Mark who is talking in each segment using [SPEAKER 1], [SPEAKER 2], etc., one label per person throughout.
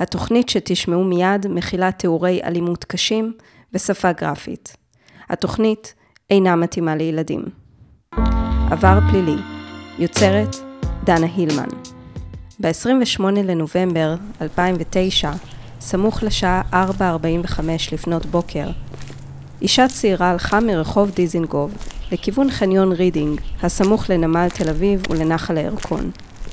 [SPEAKER 1] התוכנית שתשמעו מיד מכילה תיאורי אלימות קשים ושפה גרפית. התוכנית אינה מתאימה לילדים. עבר פלילי, יוצרת דנה הילמן. ב-28 לנובמבר 2009, סמוך לשעה 4:45 לפנות בוקר, אישה צעירה הלכה מרחוב דיזינגוף לכיוון חניון רידינג, הסמוך לנמל תל אביב ולנחל הירקון.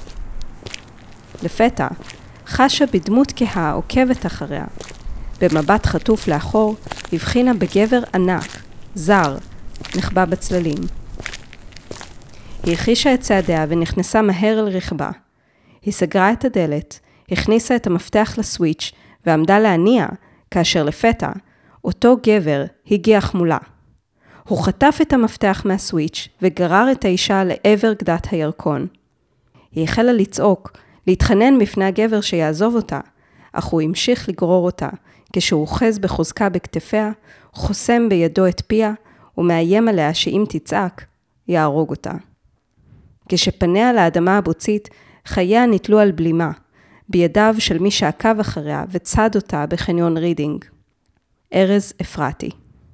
[SPEAKER 1] לפתע, חשה בדמות כהה עוקבת אחריה. במבט חטוף לאחור, הבחינה בגבר ענק, זר, נחבא בצללים. היא הכישה את צעדיה ונכנסה מהר אל רכבה. היא סגרה את הדלת, הכניסה את המפתח לסוויץ' ועמדה להניע, כאשר לפתע, אותו גבר הגיח מולה. הוא חטף את המפתח מהסוויץ' וגרר את האישה לעבר גדת הירקון. היא החלה לצעוק, להתחנן בפני הגבר שיעזוב אותה, אך הוא המשיך לגרור אותה, כשהוא אוחז בחוזקה בכתפיה, חוסם בידו את פיה, ומאיים עליה שאם תצעק, יהרוג אותה. כשפניה לאדמה הבוצית, חייה נתלו על בלימה, בידיו של מי שעקב אחריה וצד אותה בחניון רידינג. ארז אפרתי.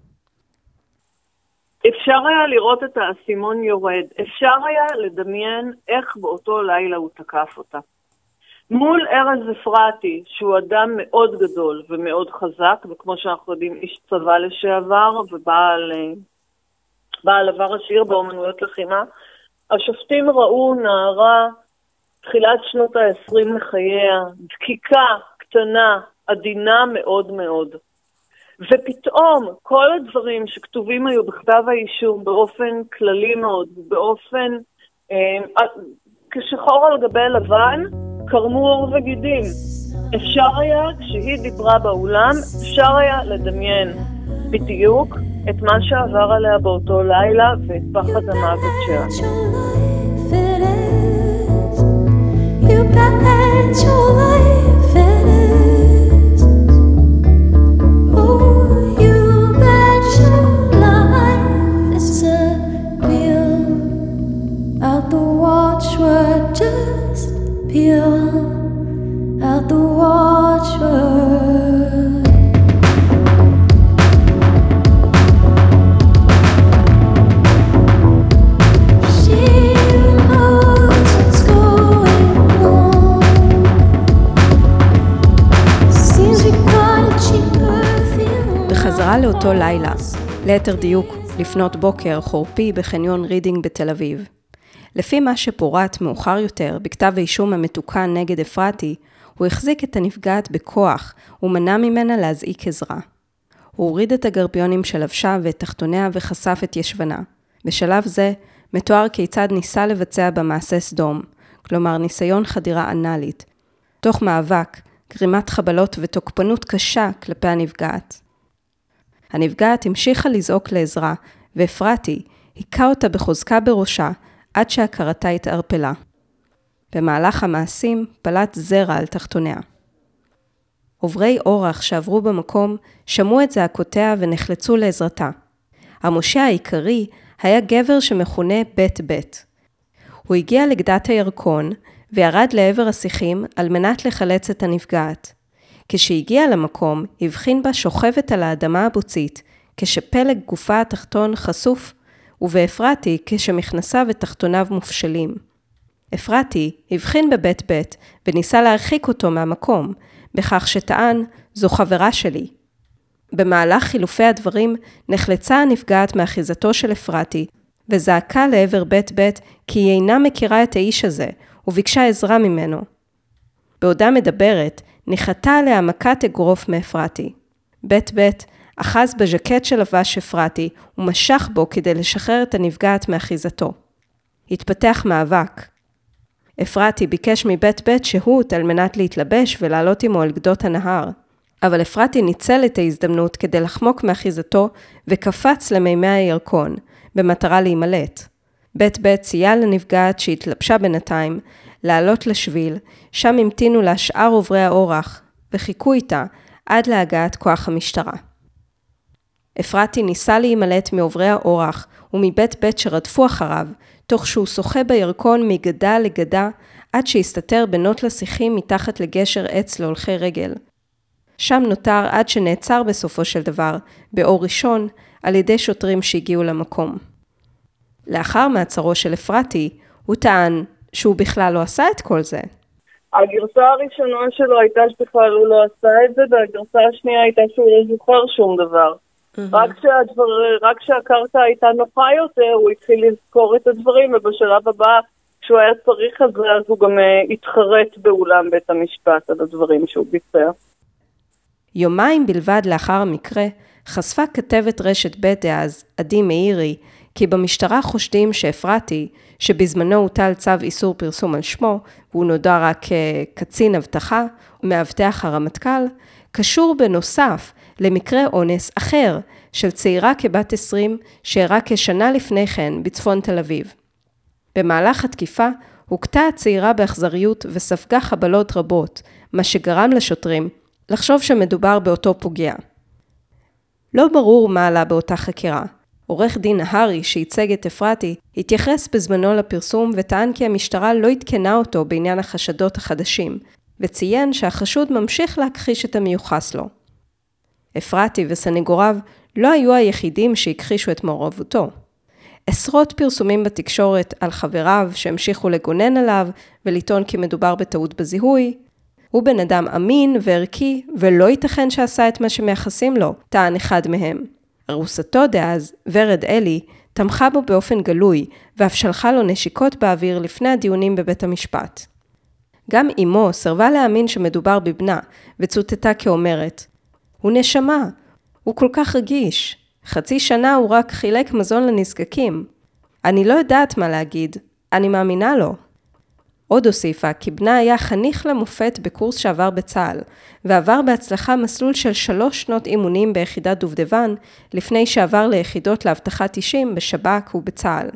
[SPEAKER 2] אפשר היה לראות את האסימון יורד, אפשר היה לדמיין איך באותו לילה הוא תקף אותה. מול ארז אפרתי, שהוא אדם מאוד גדול ומאוד חזק, וכמו שאנחנו יודעים, איש צבא לשעבר ובעל עבר עשיר באומנויות לחימה, השופטים ראו נערה תחילת שנות ה-20 לחייה, דקיקה, קטנה, עדינה מאוד מאוד. ופתאום כל הדברים שכתובים היו בכתב האישום באופן כללי מאוד, באופן כשחור על גבי לבן, קרמו עור וגידים. אפשר היה, כשהיא דיברה באולם, אפשר היה לדמיין בדיוק את מה שעבר עליה באותו לילה ואת פחד המוות שלה.
[SPEAKER 3] Out the watchword. She knows what's going on. Seems we got a cheaper feel.
[SPEAKER 1] בחזרה לאותו לילה, ליתר דיוק, לפנות בוקר חורפי בחניון רידינג בתל אביב. לפי מה שפורט מאוחר יותר בכתב האישום המתוקן נגד אפרתי, הוא החזיק את הנפגעת בכוח ומנע ממנה להזעיק עזרה. הוא הוריד את הגרביונים שלבשה ואת תחתוניה וחשף את ישבנה. בשלב זה מתואר כיצד ניסה לבצע במעשה סדום, כלומר ניסיון חדירה אנלית, תוך מאבק, גרימת חבלות ותוקפנות קשה כלפי הנפגעת. הנפגעת המשיכה לזעוק לעזרה, ואפרתי היכה אותה בחוזקה בראשה, עד שהכרתה התערפלה. במהלך המעשים פלט זרע על תחתוניה. עוברי אורח שעברו במקום שמעו את זעקותיה ונחלצו לעזרתה. המושיע העיקרי היה גבר שמכונה בית בית. הוא הגיע לגדת הירקון וירד לעבר השיחים על מנת לחלץ את הנפגעת. כשהגיע למקום הבחין בה שוכבת על האדמה הבוצית כשפלג גופה התחתון חשוף ובאפרתי כשמכנסיו ותחתוניו מופשלים. אפרתי הבחין בבית בית וניסה להרחיק אותו מהמקום, בכך שטען, זו חברה שלי. במהלך חילופי הדברים נחלצה הנפגעת מאחיזתו של אפרתי, וזעקה לעבר בית בית כי היא אינה מכירה את האיש הזה, וביקשה עזרה ממנו. בעודה מדברת, נחתה עליה מכת אגרוף מאפרתי. בית בית אחז בז'קט שלבש אפרתי ומשך בו כדי לשחרר את הנפגעת מאחיזתו. התפתח מאבק. אפרתי ביקש מבית בית שהות על מנת להתלבש ולעלות עמו על גדות הנהר, אבל אפרתי ניצל את ההזדמנות כדי לחמוק מאחיזתו וקפץ למימי הירקון, במטרה להימלט. בית בית סייע לנפגעת שהתלבשה בינתיים, לעלות לשביל, שם המתינו לה שאר עוברי האורח, וחיכו איתה עד להגעת כוח המשטרה. אפרתי ניסה להימלט מעוברי האורח ומבית בית שרדפו אחריו, תוך שהוא שוחה בירקון מגדה לגדה עד שהסתתר בנות לשיחים מתחת לגשר עץ להולכי רגל. שם נותר עד שנעצר בסופו של דבר, באור ראשון, על ידי שוטרים שהגיעו למקום. לאחר מעצרו של אפרתי, הוא טען שהוא בכלל לא עשה את כל זה.
[SPEAKER 2] הגרסה הראשונה שלו הייתה שבכלל הוא לא עשה את זה, והגרסה השנייה הייתה שהוא לא זוכר שום דבר. רק כשהקרקע הייתה נוחה יותר, הוא התחיל לזכור את הדברים, ובשלב הבא, כשהוא היה צריך את זה, אז הוא גם התחרט באולם בית המשפט על הדברים שהוא ביצע.
[SPEAKER 1] יומיים בלבד לאחר המקרה, חשפה כתבת רשת ב' דאז, עדי מאירי, כי במשטרה חושדים שאפרתי, שבזמנו הוטל צו איסור פרסום על שמו, והוא נודע רק כקצין אבטחה, מאבטח הרמטכ"ל, קשור בנוסף למקרה אונס אחר של צעירה כבת 20 שאירע כשנה לפני כן בצפון תל אביב. במהלך התקיפה הוכתה הצעירה באכזריות וספגה חבלות רבות, מה שגרם לשוטרים לחשוב שמדובר באותו פוגע. לא ברור מה עלה באותה חקירה. עורך דין נהרי שייצג את אפרתי התייחס בזמנו לפרסום וטען כי המשטרה לא התקנה אותו בעניין החשדות החדשים, וציין שהחשוד ממשיך להכחיש את המיוחס לו. אפרתי וסניגוריו לא היו היחידים שהכחישו את מעורבותו. עשרות פרסומים בתקשורת על חבריו שהמשיכו לגונן עליו ולטעון כי מדובר בטעות בזיהוי. הוא בן אדם אמין וערכי ולא ייתכן שעשה את מה שמייחסים לו, טען אחד מהם. ארוסתו דאז, ורד אלי, תמכה בו באופן גלוי ואף שלחה לו נשיקות באוויר לפני הדיונים בבית המשפט. גם אמו סרבה להאמין שמדובר בבנה וצוטטה כאומרת, הוא נשמה, הוא כל כך רגיש. חצי שנה הוא רק חילק מזון לנזקקים. אני לא יודעת מה להגיד, אני מאמינה לו. עוד הוסיפה כי בנה היה חניך למופת בקורס שעבר בצה"ל, ועבר בהצלחה מסלול של 3 שנות אימונים ביחידת דובדבן, לפני שעבר ליחידות להבטחת אישים בשב"כ ובצה"ל.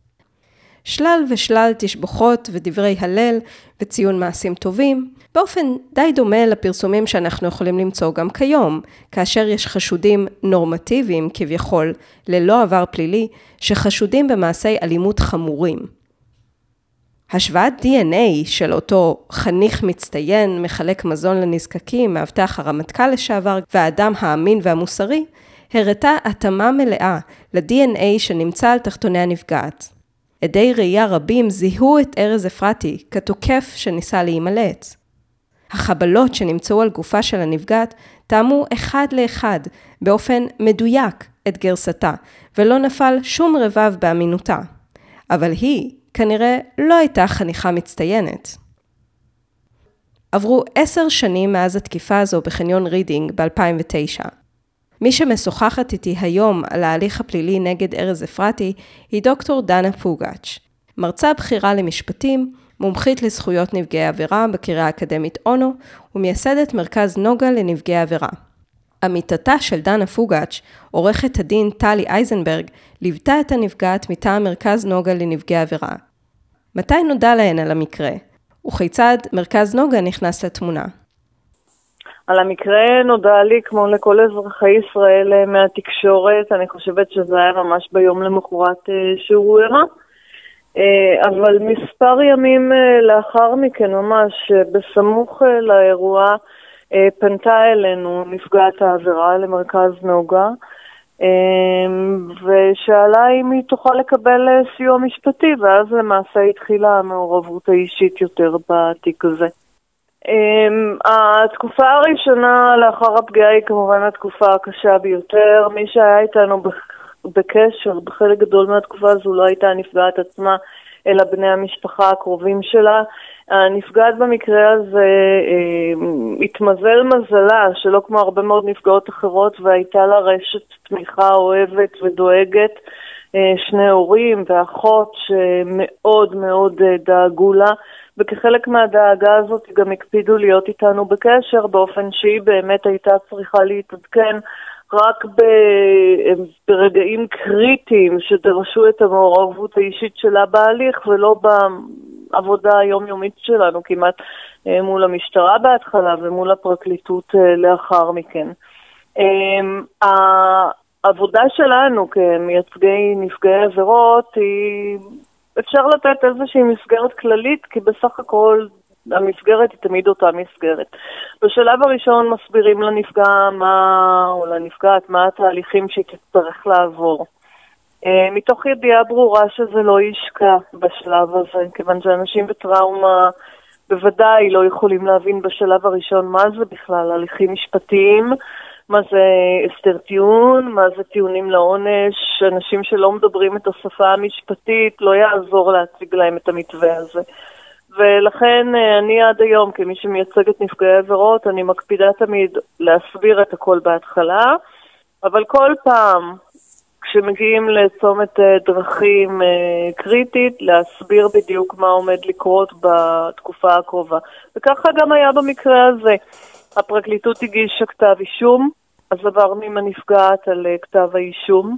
[SPEAKER 1] שלל ושלל תשבחות ודברי הלל וציון מעשים טובים, באופן די דומה לפרסומים שאנחנו יכולים למצוא גם כיום, כאשר יש חשודים נורמטיביים כביכול, ללא עבר פלילי, שחשודים במעשי אלימות חמורים. השוואת DNA של אותו חניך מצטיין, מחלק מזון לנזקקים, מאבטח הרמטכ"ל לשעבר, והאדם האמין והמוסרי, הראתה התאמה מלאה ל-DNA שנמצא על תחתוני הנפגעת. עדי ראייה רבים זיהו את ארז אפרתי כתוקף שניסה להימלט. החבלות שנמצאו על גופה של הנפגעת טעמו אחד לאחד באופן מדויק את גרסתה, ולא נפל שום רבב באמינותה. אבל היא כנראה לא הייתה חניכה מצטיינת. עברו 10 שנים מאז התקיפה הזו בחניון רידינג ב-2009. מי שמשוחחת איתי היום על ההליך הפלילי נגד ארז אפרתי היא דוקטור דנה פוגאץ', מרצה בכירה למשפטים, מומחית לזכויות נפגעי עבירה בקריה האקדמית אונו ומייסדת מרכז נוגה לנפגעי עבירה. עמיתתה של דנה פוגאץ', עורכת הדין טלי אייזנברג, ליוותה את הנפגעת מטעם מרכז נוגה לנפגעי עבירה. מתי נודע להן על המקרה? וכיצד מרכז נוגה נכנס לתמונה?
[SPEAKER 2] על המקרה נודע לי כמו לכל אזרחי ישראל מהתקשורת, אני חושבת שזה היה ממש ביום למחרת שהוא אירע. אבל מספר ימים לאחר מכן, ממש בסמוך לאירוע, פנתה אלינו נפגעת העבירה למרכז נוגה, ושאלה אם היא תוכל לקבל סיוע משפטי, ואז למעשה התחילה המעורבות האישית יותר בתיק הזה. התקופה הראשונה לאחר הפגיעה היא כמובן התקופה הקשה ביותר. מי שהיה איתנו בקשר בחלק גדול מהתקופה הזו לא הייתה הנפגעת עצמה, אלא בני המשפחה הקרובים שלה. הנפגעת במקרה הזה התמזל מזלה, שלא כמו הרבה מאוד נפגעות אחרות, והייתה לה רשת תמיכה אוהבת ודואגת, 2 הורים ואחות שמאוד מאוד דאגו לה, וכחלק מהדאגה הזאת גם הקפידו להיות איתנו בקשר, באופן שהיא באמת הייתה צריכה להתעדכן רק ברגעים קריטיים שדרשו את המעורבות האישית שלה בהליך, ולא בעבודה היומיומית שלנו, כמעט מול המשטרה בהתחלה ומול הפרקליטות לאחר מכן. העבודה שלנו כמייצגי נפגעי עבירות היא אפשר לתת איזושהי מסגרת כללית, כי בסך הכל המסגרת היא תמיד אותה מסגרת. בשלב הראשון מסבירים לנפגע או לנפגעת מה התהליכים שהיא תצטרך לעבור. מתוך ידיעה ברורה שזה לא ישקע בשלב הזה, כיוון שאנשים בטראומה בוודאי לא יכולים להבין בשלב הראשון מה זה בכלל הליכים משפטיים, מה זה הסדר טיעון, מה זה טיעונים לעונש. אנשים שלא מדברים את השפה המשפטית לא יעזור להציג להם את המתווה הזה. ולכן אני עד היום, כמי שמייצגת נפגעי עבירות, אני מקפידה תמיד להסביר את הכל בהתחלה, אבל כל פעם כשמגיעים לצומת דרכים קריטית, להסביר בדיוק מה עומד לקרות בתקופה הקרובה. וככה גם היה במקרה הזה. הפרקליטות הגישה כתב אישום, אז עברנו עם הנפגעת על כתב האישום,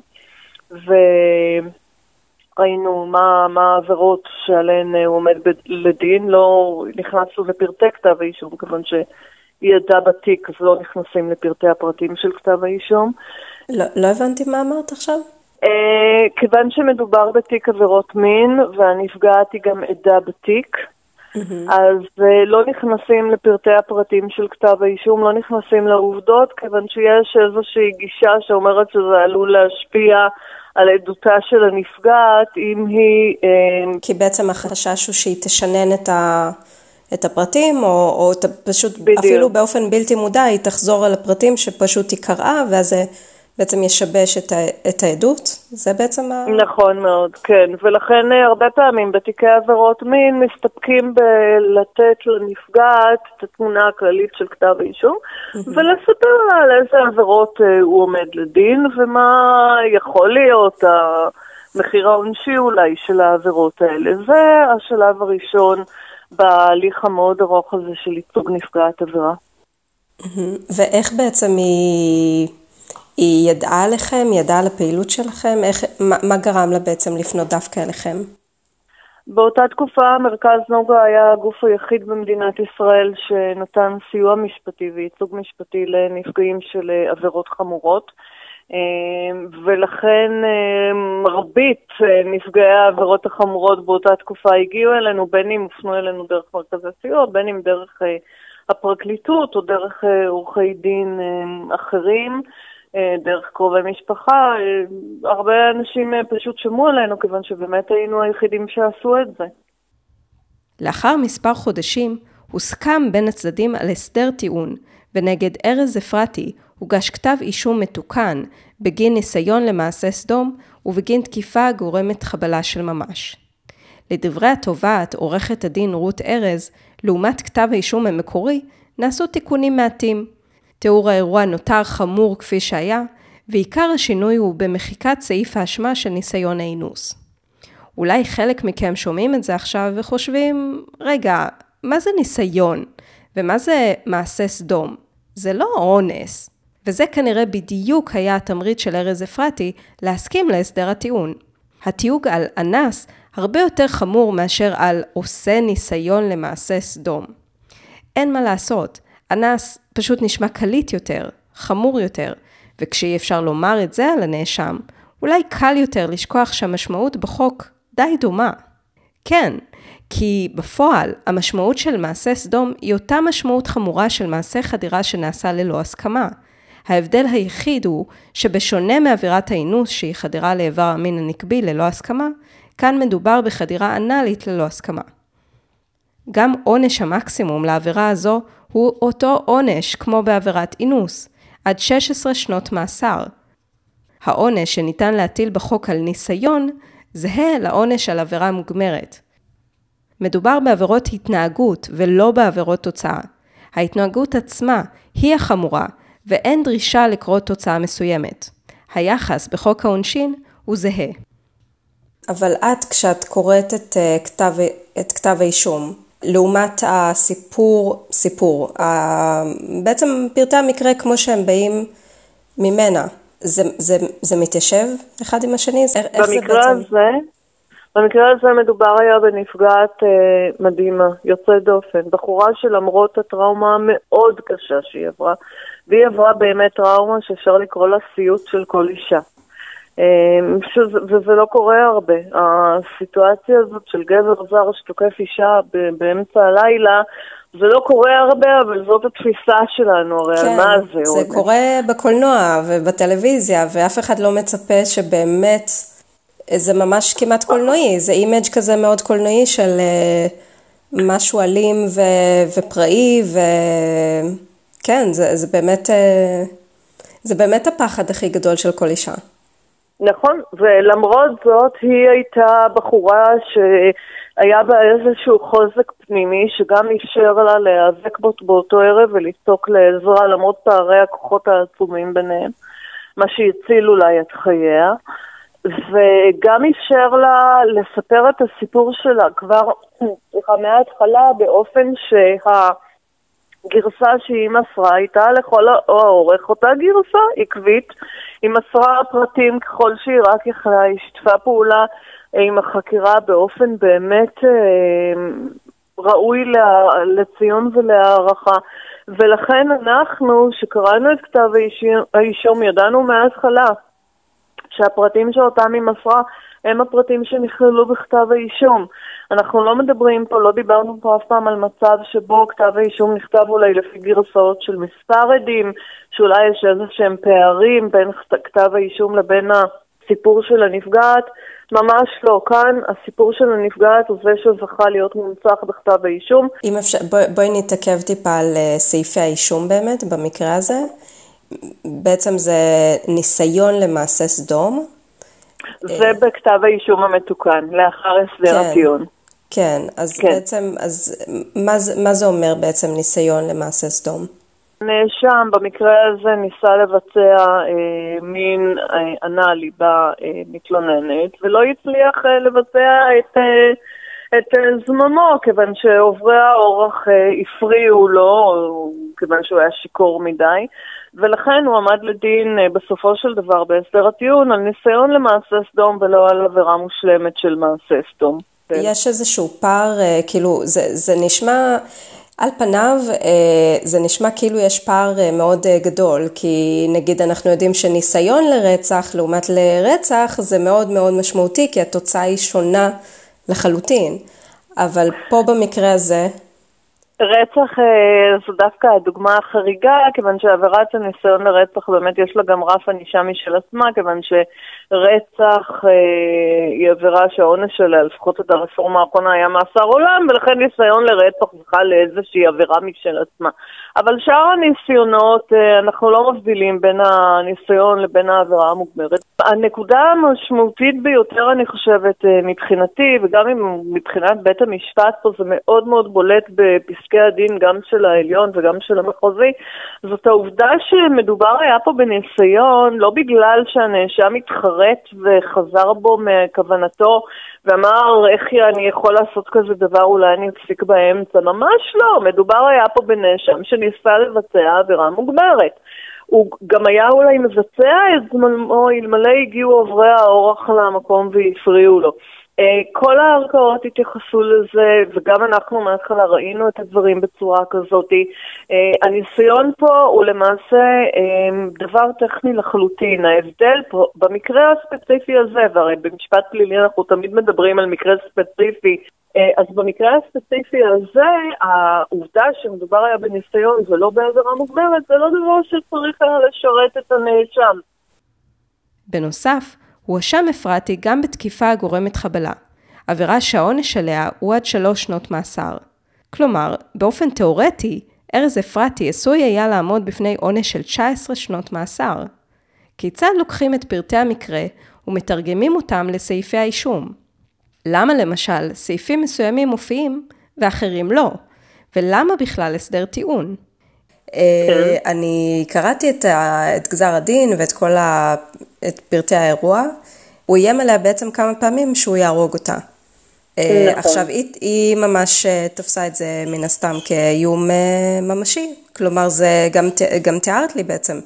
[SPEAKER 2] וראינו מה העבירות שעליהן הוא עומד לדין. לא נכנסנו לפרטי כתב האישום, כיוון שהיא ידעה בתיק, אז לא נכנסים לפרטי הפרטים של כתב האישום.
[SPEAKER 1] לא הבנתי מה אמרת עכשיו.
[SPEAKER 2] כיוון שמדובר בתיק עבירות מין, והנפגעת היא גם עדה בתיק, אז לא נכנסים לפרטי הפרטים של כתב האישום, לא נכנסים לעובדות, כיוון שיש איזושהי גישה שאומרת שזה עלול להשפיע על עדותה של הנפגעת, אם היא...
[SPEAKER 1] כי בעצם החשש הוא שהיא תשנן את הפרטים, או פשוט בדיוק. אפילו באופן בלתי מודע היא תחזור על הפרטים שפשוט היא קראה, ואז זה בעצם ישבש את העדות. זה בעצם
[SPEAKER 2] נכון מאוד, כן. ולכן הרבה פעמים בתיקי עבירות מין מסתפקים בלתת לנפגעת את התמונה הכללית של כתב האישום, ולספר לה על איזה עבירות הוא עומד לדין, ומה יכול להיות המחיר העונשי אולי של העבירות האלה. זה השלב הראשון בהליך המאוד ארוך הזה של ייצוג נפגעת עבירה.
[SPEAKER 1] ואיך בעצם היא ידעה עליכם, ידעה על הפעילות שלכם? מה גרם לה בעצם לפנות דווקא אליכם?
[SPEAKER 2] באותה תקופה מרכז נוגה היה הגוף היחיד במדינת ישראל שנתן סיוע משפטי וייצוג משפטי לנפגעים של עבירות חמורות, ולכן מרבית נפגעי העבירות החמורות באותה תקופה הגיעו אלינו, בין אם הופנו אלינו דרך מרכז הסיוע, בין אם דרך הפרקליטות או דרך עורכי דין אחרים, דרך קרובי משפחה. הרבה אנשים פשוט שמעו עלינו, כיוון שבאמת היינו היחידים שעשו את זה.
[SPEAKER 1] לאחר מספר חודשים הוסכם בין הצדדים על הסדר טיעון, ונגד ארז אפרתי הוגש כתב אישום מתוקן בגין ניסיון למעשה סדום ובגין תקיפה גורמת חבלה של ממש. לדברי התובעת עורכת הדין רות ארז, לעומת כתב האישום המקורי, נעשו תיקונים מעטים. תיאור האירוע נותר חמור כפי שהיה, ועיקר השינוי הוא במחיקת סעיף האשמה של ניסיון האינוס. אולי חלק מכם שומעים את זה עכשיו וחושבים, רגע, מה זה ניסיון? ומה זה מעשה סדום? זה לא אונס. וזה כנראה בדיוק היה התמריץ של ארז אפרתי להסכים להסדר הטיעון. התיוג על אנס הרבה יותר חמור מאשר על עושה ניסיון למעשה סדום. אין מה לעשות, אנס פשוט נשמע קליט יותר, חמור יותר, וכשאי אפשר לומר את זה על הנאשם, אולי קל יותר לשכוח שהמשמעות בחוק די דומה. כן, כי בפועל המשמעות של מעשה סדום היא אותה משמעות חמורה של מעשה חדירה שנעשה ללא הסכמה. ההבדל היחיד הוא שבשונה מעבירת האינוס שהיא חדירה לעבר המין הנקבי ללא הסכמה, כאן מדובר בחדירה אנלית ללא הסכמה. גם עונש המקסימום לעבירה הזו הוא אותו עונש כמו בעבירת אינוס, עד 16 שנות מאסר. העונש שניתן להטיל בחוק על ניסיון זהה לעונש על עבירה מוגמרת. מדובר בעבירות התנהגות ולא בעבירות תוצאה. ההתנהגות עצמה היא החמורה ואין דרישה לקרוא תוצאה מסוימת. היחס בחוק העונשין הוא זהה. אבל את, כשאת קוראת את כתב האישום, לעומת הסיפור, בעצם פרטי המקרה כמו שהם באים ממנה, זה מתיישב אחד עם השני?
[SPEAKER 2] במקרה הזה מדובר היה בנפגעת מדהימה, יוצאת דופן, בחורה שלמרות הטראומה המאוד קשה שהיא עברה, והיא עברה באמת טראומה שאפשר לקרוא לה סיוט של כל אישה. וזה לא קורה הרבה. הסיטואציה הזאת של גבר זר שתוקף אישה באמצע הלילה, זה לא קורה הרבה, אבל זאת התפיסה שלנו, הרי
[SPEAKER 1] כן,
[SPEAKER 2] על מה זה?
[SPEAKER 1] זה קורה בקולנוע ובטלוויזיה, ואף אחד לא מצפה שבאמת, זה ממש כמעט קולנועי, זה אימג' כזה מאוד קולנועי של משהו אלים ופראי, וכן, זה באמת הפחד הכי גדול של כל אישה.
[SPEAKER 2] נכון, ולמרות זאת היא הייתה בחורה שהיה בה איזשהו חוזק פנימי שגם אפשר לה להיאבק באותו ערב ולפסוק לעזרה למרות פערי הכוחות העצומים ביניהם, מה שהציל אולי את חייה, וגם אפשר לה לספר את הסיפור שלה כבר מההתחלה באופן גרסה שהיא מסרה הייתה לכל האורך, אותה גרסה עקבית, היא מסרה פרטים ככל שהיא רק יכלה, היא שיתפה פעולה עם החקירה באופן באמת ראוי לציון ולהערכה, ולכן אנחנו שקראנו את כתב האישום ידענו מההתחלה שהפרטים שאותם היא מסרה הם הפרטים שנכללו בכתב האישום. אנחנו לא מדברים פה, לא דיברנו פה אף פעם על מצב שבו כתב האישום נכתב אולי לפי גרסאות של מספר עדים, שאולי יש איזשהם פערים בין כתב האישום לבין הסיפור של הנפגעת. ממש לא, כאן הסיפור של הנפגעת הוא זה שזכה להיות מונצח בכתב האישום.
[SPEAKER 1] אם אפשר, בואי נתעכב טיפה על סעיפי האישום באמת, במקרה הזה. בעצם זה ניסיון למעשה סדום.
[SPEAKER 2] זה בכתב האישום המתוקן, לאחר הסדר הטיעון.
[SPEAKER 1] כן, אז בעצם, מה זה אומר בעצם ניסיון למעשה סדום?
[SPEAKER 2] נאשם במקרה הזה ניסה לבצע מין אנאלי במתלוננת, ולא הצליח לבצע את זממו, כיוון שעוברי האורח הפריעו לו, כיוון שהוא היה שיקור מדי, ולכן הוא עמד לדין בסופו של דבר בהסדר הטיעון על ניסיון למעשה סדום ולא על עבירה מושלמת של מעשה סדום.
[SPEAKER 1] יש איזשהו פער, כאילו זה נשמע, על פניו זה נשמע כאילו יש פער מאוד גדול, כי נגיד אנחנו יודעים שניסיון לרצח לעומת לרצח זה מאוד מאוד משמעותי, כי התוצאה היא שונה לחלוטין, אבל פה במקרה הזה
[SPEAKER 2] רצח זו דווקא הדוגמה החריגה, כיוון שעבירת הניסיון לרצח באמת יש לה גם רף ענישה משל עצמה, כיוון שרצח היא עבירה שהעונש שלה, לפחות את הרפורמה האחרונה היה מאסר עולם, ולכן ניסיון לרצח זכה לאיזושהי עבירה משל עצמה. אבל שאר הניסיונות, אנחנו לא מבדילים בין הניסיון לבין העבירה המוגמרת. הנקודה המשמעותית ביותר, אני חושבת, מבחינתי, וגם מבחינת בית המשפט פה, זה מאוד מאוד בולט בפסקי הדין, גם של העליון וגם של המחוזי, זאת העובדה שמדובר היה פה בניסיון, לא בגלל שהנאשם התחרט וחזר בו מכוונתו, ואמר, איך אני יכול לעשות כזה דבר, אולי אני אפסיק באמצע. ממש לא, מדובר היה פה בנאשם שניסה לבצע עבירה מוגמרת. הוא גם היה אולי מבצע את זמנו, אלמלא הגיעו עוברי האורח למקום והפריעו לו. כל הערכאות התייחסו לזה, וגם אנחנו מההתחלה ראינו את הדברים בצורה כזאת. הניסיון פה הוא למעשה דבר טכני לחלוטין. ההבדל פה, במקרה הספציפי הזה, והרי במשפט פלילי אנחנו תמיד מדברים על מקרה ספציפי, אז במקרה הספציפי הזה, העובדה שמדובר היה בניסיון ולא בעבירה מוגמרת, זה לא דבר שצריך לשרת את הנאשם.
[SPEAKER 1] בנוסף, הואשם אפרתי גם בתקיפה הגורמת חבלה, עבירה שהעונש עליה הוא עד 3 שנות מאסר. כלומר, באופן תיאורטי, ארז אפרתי עשוי היה לעמוד בפני עונש של 19 שנות מאסר. כיצד לוקחים את פרטי המקרה ומתרגמים אותם לסעיפי האישום? למה למשל סעיפים מסוימים מופיעים ואחרים לא? ולמה בכלל הסדר טיעון? אני קראתי את גזר הדין ואת את פרטי האירוע. הוא איים עליה בעצם כמה פעמים שהוא יהרוג אותה. עכשיו היא ממש תפסה את זה מן הסתם כאיום ממשי. כלומר זה גם תיארת לי בעצם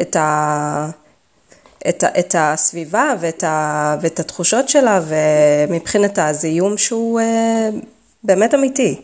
[SPEAKER 1] את הסביבה ואת התחושות שלה, ומבחינתה זה איום שהוא באמת אמיתי.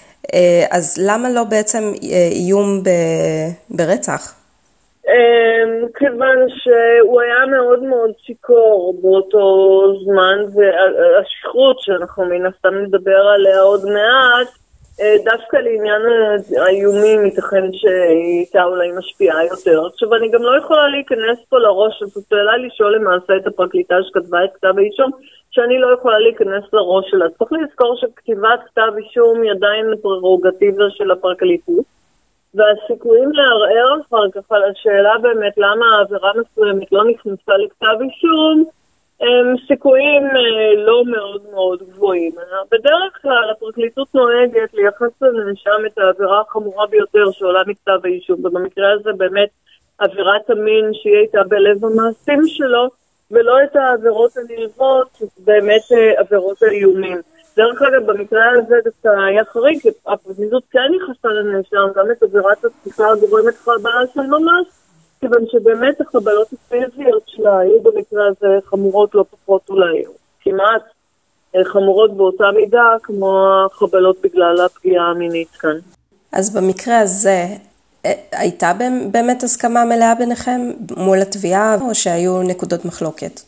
[SPEAKER 1] אז למה לא בעצם איום ברצח?
[SPEAKER 2] כיוון שהוא היה מאוד מאוד שיכור באותו זמן, והשכרות שאנחנו מן הסתם נדבר עליה עוד מעט, דווקא לעניין האיומים ייתכן שהיא הייתה אולי משפיעה יותר. עכשיו אני גם לא יכולה להיכנס פה לראש, זאת שאלה לשאול למעשה את הפרקליטה שכתבה את כתב האישום, שאני לא יכולה להיכנס לראש שלה. צריך לזכור שכתיבת כתב אישום היא עדיין פררוגטיבה של הפרקליטות, והסיכויים לערער אחר כך על השאלה באמת למה העבירה מסוימת לא נכנסה לכתב אישום, הם סיכויים לא מאוד מאוד גבוהים. בדרך כלל הפרקליטות נוהגת לייחס לנאשם את העבירה החמורה ביותר שעולה מכתב האישום, ובמקרה הזה באמת עבירת המין שהיא הייתה בלב המעשים שלו, ולא את העבירות הנלוות, באמת עבירות האיומים. דרך אגב, במקרה הזה דווקא היה חריג, הפרקליטות כן ייחסה לנאשם גם את עבירת התקיפה הגורמת חבלה של ממש, כיוון שבאמת החבלות הפיזיות שלה היו במקרה הזה חמורות לא פחות אולי, כמעט חמורות באותה מידה כמו החבלות בגלל הפגיעה המינית כאן.
[SPEAKER 1] אז במקרה הזה הייתה באמת הסכמה מלאה ביניכם מול התביעה, או שהיו נקודות מחלוקת?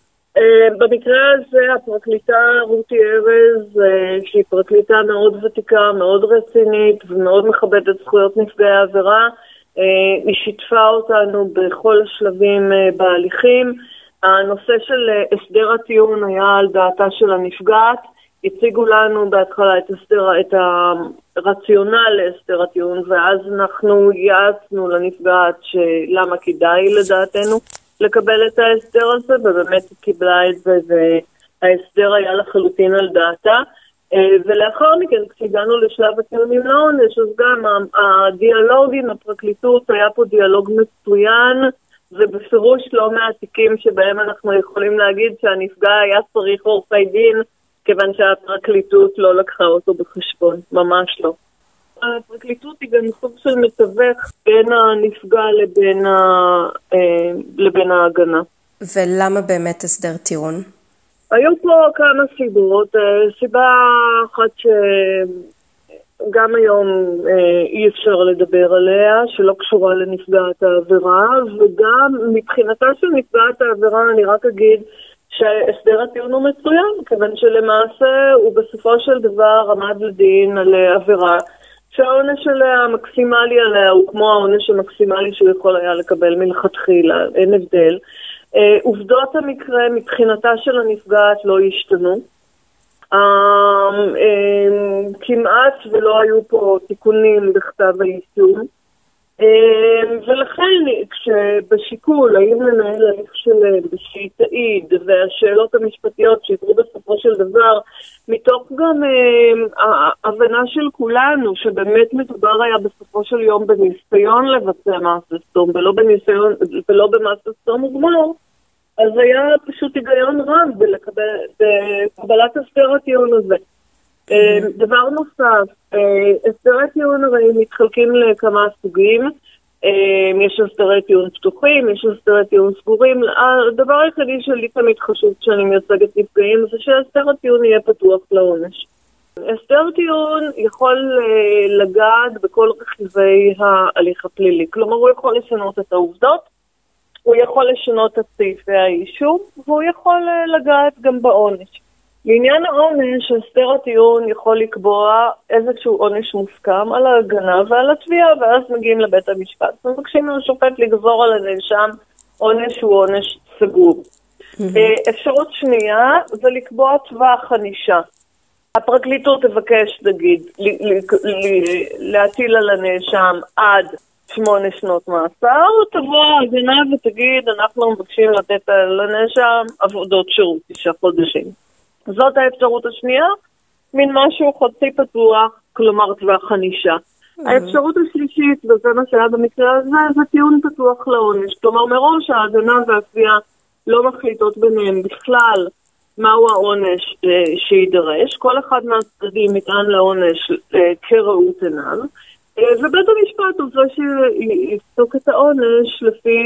[SPEAKER 2] במקרה הזה הפרקליטה רותי ארז, שהיא פרקליטה מאוד ותיקה, מאוד רצינית ומאוד מכבדת זכויות נפגעי העבירה, היא שיתפה אותנו בכל השלבים בהליכים. הנושא של הסדר הטיעון היה על דעתה של הנפגעת, הציגו לנו בהתחלה את הרציונל להסדר הטיעון, ואז אנחנו יעצנו לנפגעת למה כדאי לדעתנו לקבל את ההסדר הזה, ובאמת היא קיבלה את זה, וההסדר היה לחלוטין על דעתה. ולאחר מכן, כשהגענו לשלב הטיעונים לעונש, אז גם הדיאלוג עם הפרקליטות היה פה דיאלוג מצוין, ובפירוש לא מהתיקים שבהם אנחנו יכולים להגיד שהנפגע היה צריך עורכי דין, כיוון שהפרקליטות לא לקחה אותו בחשבון, ממש לא. הפרקליטות היא גם סוג של מתווך בין הנפגע לבין ההגנה.
[SPEAKER 1] ולמה באמת הסדר טיעון?
[SPEAKER 2] היו פה כמה סיבות. סיבה אחת שגם היום אי אפשר לדבר עליה, שלא קשורה לנפגעת העבירה, וגם מבחינתה של נפגעת העבירה אני רק אגיד שהסדר הטיעון הוא מצוין, כיוון שלמעשה הוא בסופו של דבר עמד לדין על עבירה שהעונש עליה המקסימלי עליה הוא כמו העונש המקסימלי שהוא יכול היה לקבל מלכתחילה, אין הבדל. עובדות המקרה מבחינתה של הנפגעת לא השתנו. כמעט ולא היו פה תיקונים בכתב האישום. ולכן כשבשיקול האם לנהל הליך שלהם שהיא תעיד והשאלות המשפטיות שיתרו בסופו של דבר מתוך גם ההבנה של כולנו שבאמת מדובר היה בסופו של יום בניסיון לבצע מעשה סתום ולא במעשה סתום מוגמר, אז היה פשוט היגיון רב בקבלת הסדר הטיעון הזה. דבר נוסף, הסדרי טיעון הרי מתחלקים לכמה סוגים, יש הסדרי טיעון פתוחים, יש הסדרי טיעון סגורים. הדבר היחידי שלי תמיד חשוב כשאני מייצגת נפגעים זה שהסדר הטיעון יהיה פתוח לעונש. הסדר טיעון יכול לגעת בכל רכיבי ההליך הפלילי, כלומר הוא יכול לשנות את העובדות, הוא יכול לשנות את סעיפי האישום, והוא יכול לגעת גם בעונש. לעניין העונש, הסדר הטיעון יכול לקבוע איזשהו עונש מוסכם על ההגנה ועל התביעה, ואז מגיעים לבית המשפט. מבקשים מהשופט לגזור על הנאשם עונש הוא עונש סגור. אפשרות שנייה זה לקבוע טווח ענישה. הפרקליטות תבקש, נגיד, להטיל על הנאשם עד 8 שנות מאסר, תבוא ההגנה ותגיד, אנחנו מבקשים לתת לנאשם עבודות שירות 9 חודשים. זאת האפשרות השנייה, מן משהו חצי פתוח, כלומר טווח ענישה. האפשרות השלישית, וזה מה שהיה במקרה הזה, זה טיעון פתוח לעונש. כלומר, מראש ההגנה והתביעה לא מחליטות ביניהם בכלל מהו העונש שידרש. כל אחד מהצדדים יטען לעונש כראות עיניו. ובית המשפט הוא זה שיפסוק את העונש לפי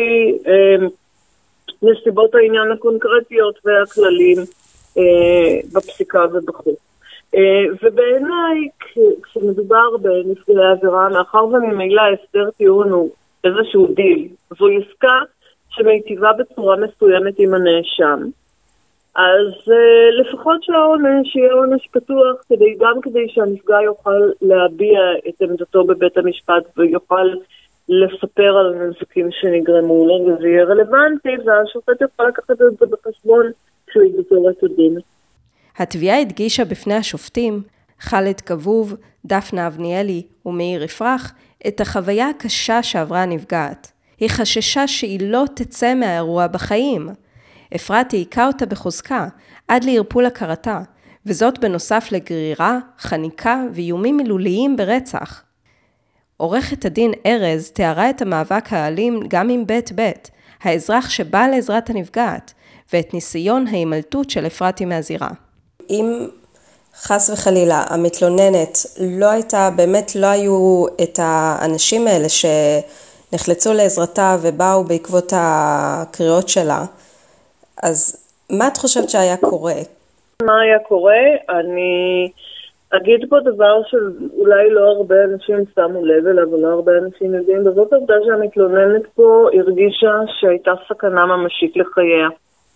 [SPEAKER 2] נסיבות העניין הקונקרטיות והכללים בפסיקה ובחוק. ובעיניי, כשמדובר בנפגעי עבירה, מאחר וממילא הסדר טיעון הוא איזשהו דיל, זו עסקה שמיטיבה בצורה מסוימת עם הנאשם. אז לפחות שהעונש יהיה עונש פתוח, גם כדי שהנפגע יוכל להביע את עמדתו בבית המשפט ויוכל לספר על הנזקים שנגרמו לו, וזה יהיה רלוונטי, והשופט יכול לקחת את זה בחשבון כשהוא יגזור את הדין.
[SPEAKER 1] התביעה הדגישה בפני השופטים, חאלד כבוב, דפנה אבניאלי ומאיר אפרח, את החוויה הקשה שעברה הנפגעת. היא חששה שהיא לא תצא מהאירוע בחיים. אפרתי היכה אותה בחוזקה, עד לערפול הכרתה, וזאת בנוסף לגרירה, חניקה ואיומים מילוליים ברצח. עורכת הדין ארז תיארה את המאבק האלים גם עם בית, האזרח שבא לעזרת הנפגעת, ואת ניסיון ההימלטות של אפרתי מהזירה. אם חס וחלילה המתלוננת לא הייתה, באמת לא היו את האנשים האלה שנחלצו לעזרתה ובאו בעקבות הקריאות שלה, אז מה את חושבת שהיה קורה?
[SPEAKER 2] מה היה קורה? אני אגיד פה דבר שאולי לא הרבה אנשים שמו לב אליו, ולא הרבה אנשים יודעים, וזאת העובדה שהמתלוננת פה הרגישה שהייתה סכנה ממשית לחייה.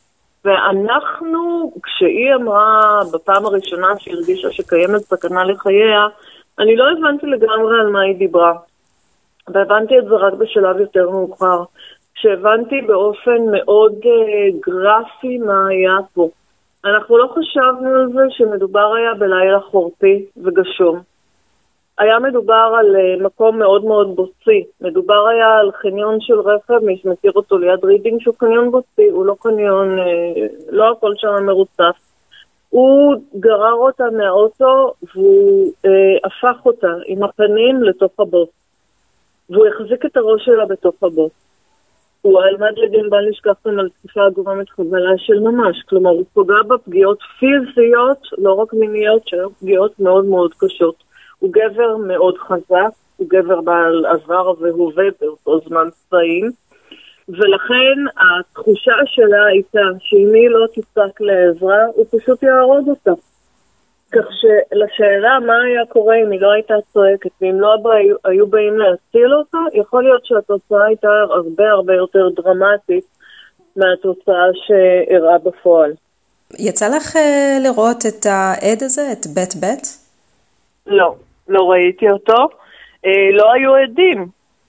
[SPEAKER 2] ואנחנו, כשהיא אמרה בפעם הראשונה שהיא הרגישה שקיימת סכנה לחייה, אני לא הבנתי לגמרי על מה היא דיברה. והבנתי את זה רק בשלב יותר מאוחר. כשהבנתי באופן מאוד גרפי מה היה פה. אנחנו לא חשבנו על זה שמדובר היה בלילה חורפי וגשום. היה מדובר על מקום מאוד מאוד בוצי. מדובר היה על חניון של רכב, מי שמכיר אותו ליד רידינג, שהוא חניון בוצי, הוא לא חניון, לא הכל שם מרוצף. הוא גרר אותה מהאוטו והוא הפך אותה עם הפנים לתוך הבוס. והוא החזיק את הראש שלה בתוך הבוס. הוא העמד לדין בל נשכח על תקיפה הגורמת חבלה של ממש. כלומר, הוא פוגע בפגיעות פיזיות, לא רק מיניות, שהיו פגיעות מאוד מאוד קשות. הוא גבר מאוד חזק, הוא גבר בעל עבר והווה באותו זמן צבאיים, ולכן התחושה שלה הייתה שאם היא לא תצעק לעזרה, הוא פשוט יהרוג אותה. כך שלשאלה מה היה קורה אם היא לא הייתה צועקת, ואם לא היו באים להציל אותה, יכול להיות שהתוצאה הייתה הרבה יותר דרמטית מהתוצאה שאירעה בפועל.
[SPEAKER 1] יצא לך לראות את העד הזה, את בית?
[SPEAKER 2] לא ראיתי אותו. לא היו עדים.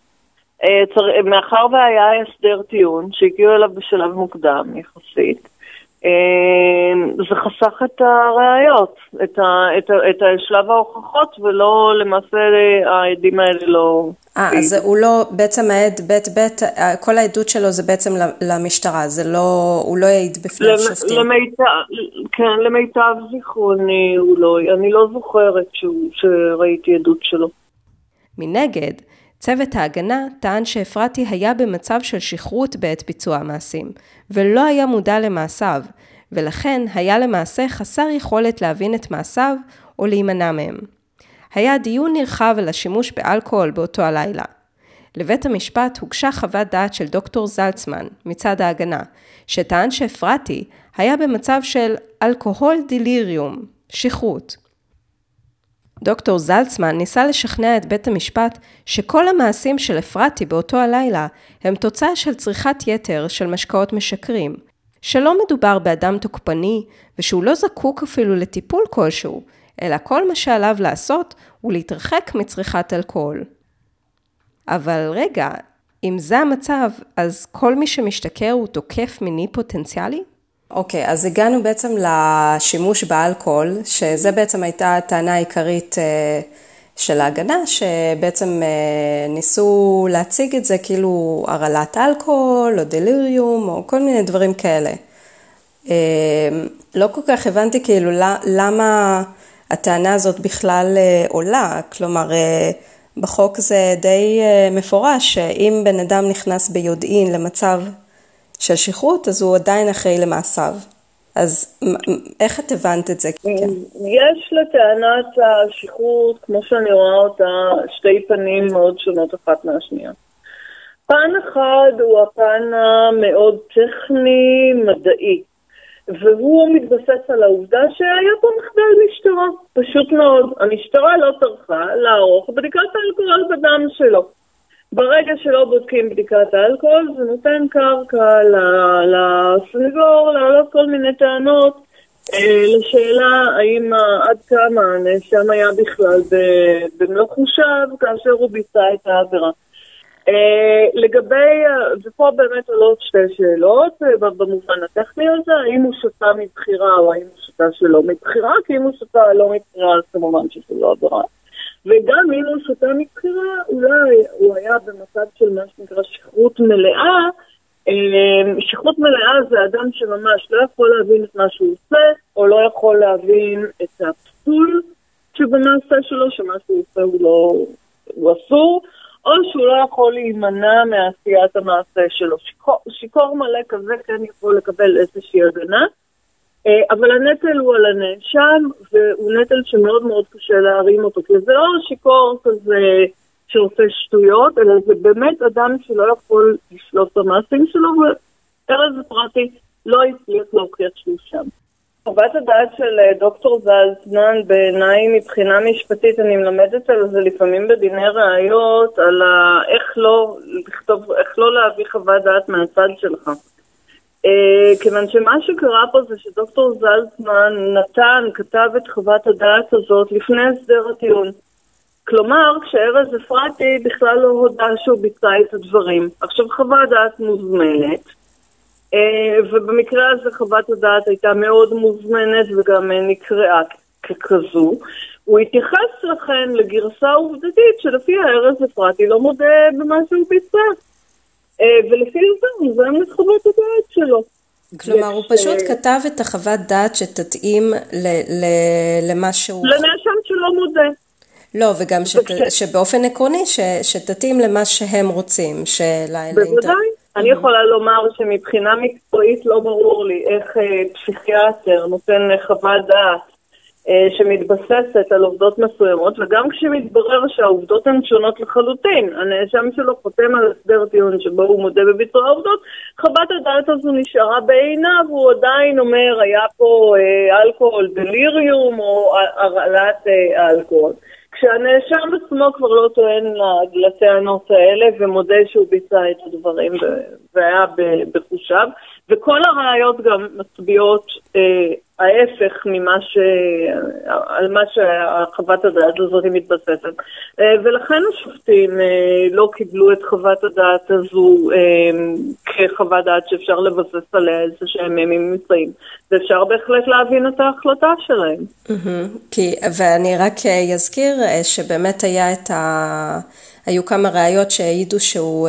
[SPEAKER 2] מאחר והיה הסדר טיעון שהגיעו אליו בשלב מוקדם יחסית, זה חסך את הראיות, את שלב ההוכחות, ולא למעשה העדים האלה לא...
[SPEAKER 1] אז הוא לא, בעצם העד בית, כל העדות שלו זה בעצם למשטרה, זה לא, הוא לא העיד בפני השופטים.
[SPEAKER 2] כן, למיטב זיכרוני, אני לא זוכרת שראיתי עדות שלו.
[SPEAKER 1] מנגד, צוות ההגנה טען שאפרתי היה במצב של שכרות בעת ביצוע המעשים, ולא היה מודע למעשיו, ולכן היה למעשה חסר יכולת להבין את מעשיו או להימנע מהם. היה דיון נרחב על השימוש באלכוהול באותו הלילה. לבית המשפט הוגשה חוות דעת של דוקטור זלצמן מצד ההגנה, שטען שאפרתי היה במצב של אלכוהול דיליריום, שכרות. דוקטור זלצמן ניסה לשכנע את בית המשפט שכל המעשים של אפרתי באותו הלילה הם תוצאה של צריכת יתר של משקאות משכרים, שלא מדובר באדם תוקפני ושהוא לא זקוק אפילו לטיפול כלשהו, אלא כל מה שעליו לעשות הוא להתרחק מצריכת אלכוהול. אבל רגע, אם זה המצב, אז כל מי שמשתכר הוא תוקף מיני פוטנציאלי? אוקיי, אז הגענו בעצם לשימוש באלכוהול, שזה בעצם הייתה הטענה העיקרית של ההגנה, שבעצם ניסו להציג את זה כאילו הרעלת אלכוהול או דליריום או כל מיני דברים כאלה. לא כל כך הבנתי כאילו למה הטענה הזאת בכלל עולה, כלומר בחוק זה די מפורש, שאם בן אדם נכנס ביודעין למצב של שכרות, אז הוא עדיין אחראי למעשיו. אז איך את הבנת את זה?
[SPEAKER 2] יש לטענת השכרות, כמו שאני רואה אותה, שתי פנים מאוד שונות אחת מהשנייה. פן אחד הוא הפן המאוד טכני, מדעי, והוא מתבסס על העובדה שהיה פה מחדל משטרה, פשוט מאוד. המשטרה לא טרחה לערוך בדיקת האלכוהול בדם שלו. ברגע שלא בודקים בדיקת האלכוהול, זה נותן קרקע לסניגור להעלות כל מיני טענות לשאלה האם עד כמה הנאשם היה בכלל במלוא חושיו כאשר הוא ביצע את העבירה. לגבי, ופה באמת עולות שתי שאלות במובן הטכני הזה, האם הוא שתה מבחירה או האם הוא שתה שלא מבחירה, כי אם הוא שתה לא מבחירה אז כמובן שזה לא עבירה. וגם אם הוא שתה מבחירה, אולי הוא היה במצב של מה שנקרא שכרות מלאה. שכרות מלאה זה אדם שממש לא יכול להבין את מה שהוא עושה, או לא יכול להבין את הפסול שבמעשה שלו, שמה שהוא עושה הוא אסור, או שהוא לא יכול להימנע מעשיית המעשה שלו. שיכור מלא כזה כן יכול לקבל איזושהי הגנה, אבל הנטל הוא על הנאשם, והוא נטל שמאוד מאוד קשה להרים אותו, כי זה לא שיכור כזה שעושה שטויות, אלא זה באמת אדם שלא יכול לשלוט במעשים שלו, וארז אפרתי לא הצליח להוכיח שהוא שם. חוות הדעת של דוקטור זלצמן בעיניי מבחינה משפטית, אני מלמדת על זה לפעמים בדיני ראיות, על איך לא להביא חוות דעת מהצד שלך. כיוון שמה שקרה פה זה שדוקטור זלצמן כתב את חוות הדעת הזאת לפני הסדר הטיעון. כלומר, כשארז אפרתי בכלל לא הודע שהוא ביצע את הדברים. עכשיו חוות דעת מוזמנת, ובמקרה הזה חוות הדעת הייתה מאוד מוזמנת וגם נקראה ככזו. הוא התייחס לכן לגרסה עובדתית שלפיה ארז אפרתי לא מודה במה שהוא ביצע. ולפי זה הם לחוות הדעת שלו.
[SPEAKER 1] כלומר, הוא פשוט כתב את החוות דעת שתתאים למה שהוא...
[SPEAKER 2] לנאשם שלא מודה.
[SPEAKER 1] לא, וגם שבאופן עקרוני שתתאים למה שהם רוצים.
[SPEAKER 2] בוודאי. אני יכולה לומר שמבחינה מקצועית לא ברור לי איך פסיכיאטר נותן חוות דעת שמתבססת על עובדות מסוימות, וגם כשמתברר שהעובדות הן שונות לחלוטין, הנאשם שלו חותם על הסדר טיעון שבו הוא מודה בביצוע העובדות, חוות הדעת הזו נשארה בעיניו, הוא עדיין אומר היה פה אלכוהול דליריום או הרעלת אלכוהול. כשהנאשם עצמו כבר לא טוען לטענות האלה ומודה שהוא ביצע את הדברים והיה בחושיו, וכל הראיות גם מצביעות ההפך על מה שהחוות הדעת הזאת מתבססת. ולכן השופטים לא קיבלו את חוות הדעת הזו כחוות דעת שאפשר לבסס עליה איזה שהם ממצאים. ואפשר בהחלט להבין את ההחלטה שלהם.
[SPEAKER 1] ואני רק אזכיר שבאמת היו כמה ראיות שהעידו שהוא...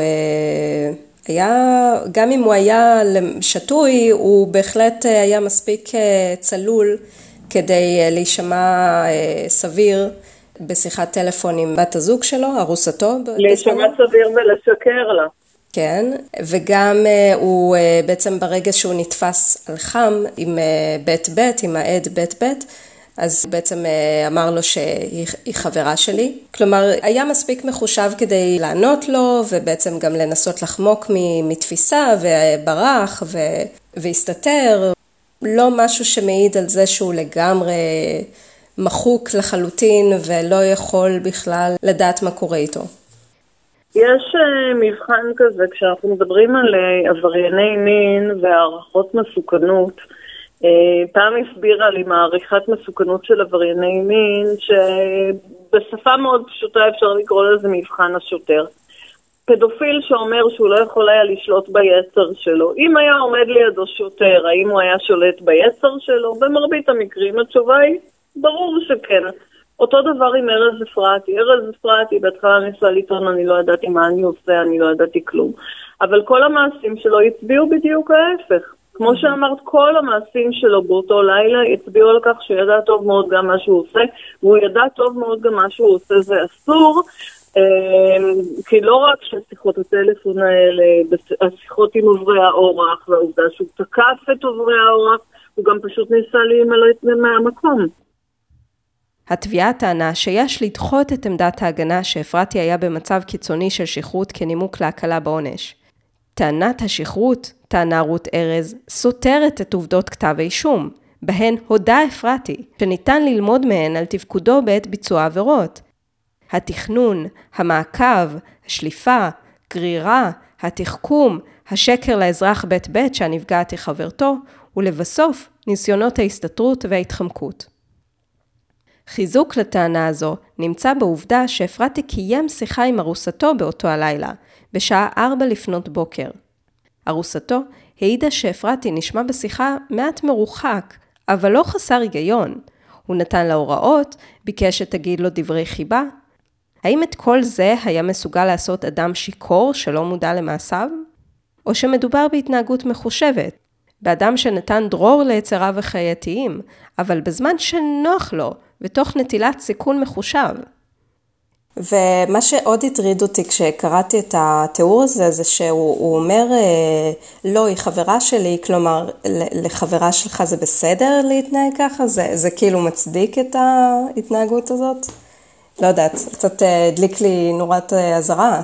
[SPEAKER 1] גם אם הוא היה שטוי, הוא בהחלט היה מספיק צלול כדי להישמע סביר בשיחת טלפון עם בת הזוג שלו, ארוסתו.
[SPEAKER 2] להישמע סביר ולשקר לה.
[SPEAKER 1] כן, וגם הוא בעצם ברגע שהוא נתפס על חם עם בית, עם העד בית, אז בעצם אמר לו שהיא חברה שלי. כלומר, היה מספיק מחושב כדי לענות לו, ובעצם גם לנסות לחמוק מתפיסה, וברח, והסתתר. לא משהו שמעיד על זה שהוא לגמרי מחוק לחלוטין, ולא יכול בכלל לדעת מה קורה איתו.
[SPEAKER 2] יש מבחן כזה, כשאנחנו מדברים על עברייני מין והערכות מסוכנות, פעם הסבירה לי מעריכת מסוכנות של עברייני מין, שבשפה מאוד פשוטה אפשר לקרוא לזה מבחן השוטר. פדופיל שאומר שהוא לא יכול היה לשלוט ביצר שלו. אם היה עומד לידו שוטר, האם הוא היה שולט ביצר שלו? במרבית המקרים התשובה היא, ברור שכן. אותו דבר עם ארז אפרתי. ארז אפרתי בהתחלה ניסה לטעון, אני לא ידעתי מה אני עושה, אני לא ידעתי כלום. אבל כל המעשים שלו הצביעו בדיוק ההפך. כמו שאמרת, כל המעשים שלו באותו לילה הצביעו על כך שהוא ידע טוב מאוד גם מה שהוא עושה, והוא ידע טוב מאוד גם מה שהוא עושה זה אסור, כי לא רק שהשיחות הטלפון האלה, השיחות עם עוברי האורח, והעובדה שהוא תקף את עוברי האורח, הוא גם פשוט ניסה להימלט מהמקום.
[SPEAKER 1] התביעה טענה שיש לדחות את עמדת ההגנה שאפרתי היה במצב קיצוני של שכרות כנימוק להקלה בעונש. טענת השכרות, טענה רות ארז, סותרת את עובדות כתב האישום, בהן הודה אפרתי, שניתן ללמוד מהן על תפקודו בעת ביצוע עבירות. התכנון, המעקב, השליפה, גרירה, התחכום, השקר לאזרח בית בית שהנפגעת היא חברתו, ולבסוף ניסיונות ההסתתרות וההתחמקות. חיזוק לטענה הזו נמצא בעובדה שאפרתי קיים שיחה עם ארוסתו באותו הלילה, בשעה 4 לפנות בוקר. ארוסתו העידה שאפרתי נשמע בשיחה מעט מרוחק, אבל לא חסר היגיון. הוא נתן לה הוראות, ביקש שתגיד לו דברי חיבה. האם את כל זה היה מסוגל לעשות אדם שיקור שלא מודע למעשיו? או שמדובר בהתנהגות מחושבת, באדם שנתן דרור ליצריו החייתיים, אבל בזמן שנוח לו, ותוך נטילת סיכון מחושב. ומה שעוד הטריד אותי כשקראתי את התיאור הזה, זה שהוא אומר, לא, היא חברה שלי, כלומר, לחברה שלך זה בסדר להתנהג ככה? זה כאילו מצדיק את ההתנהגות הזאת? לא יודעת, קצת הדליק לי נורת אזהרה.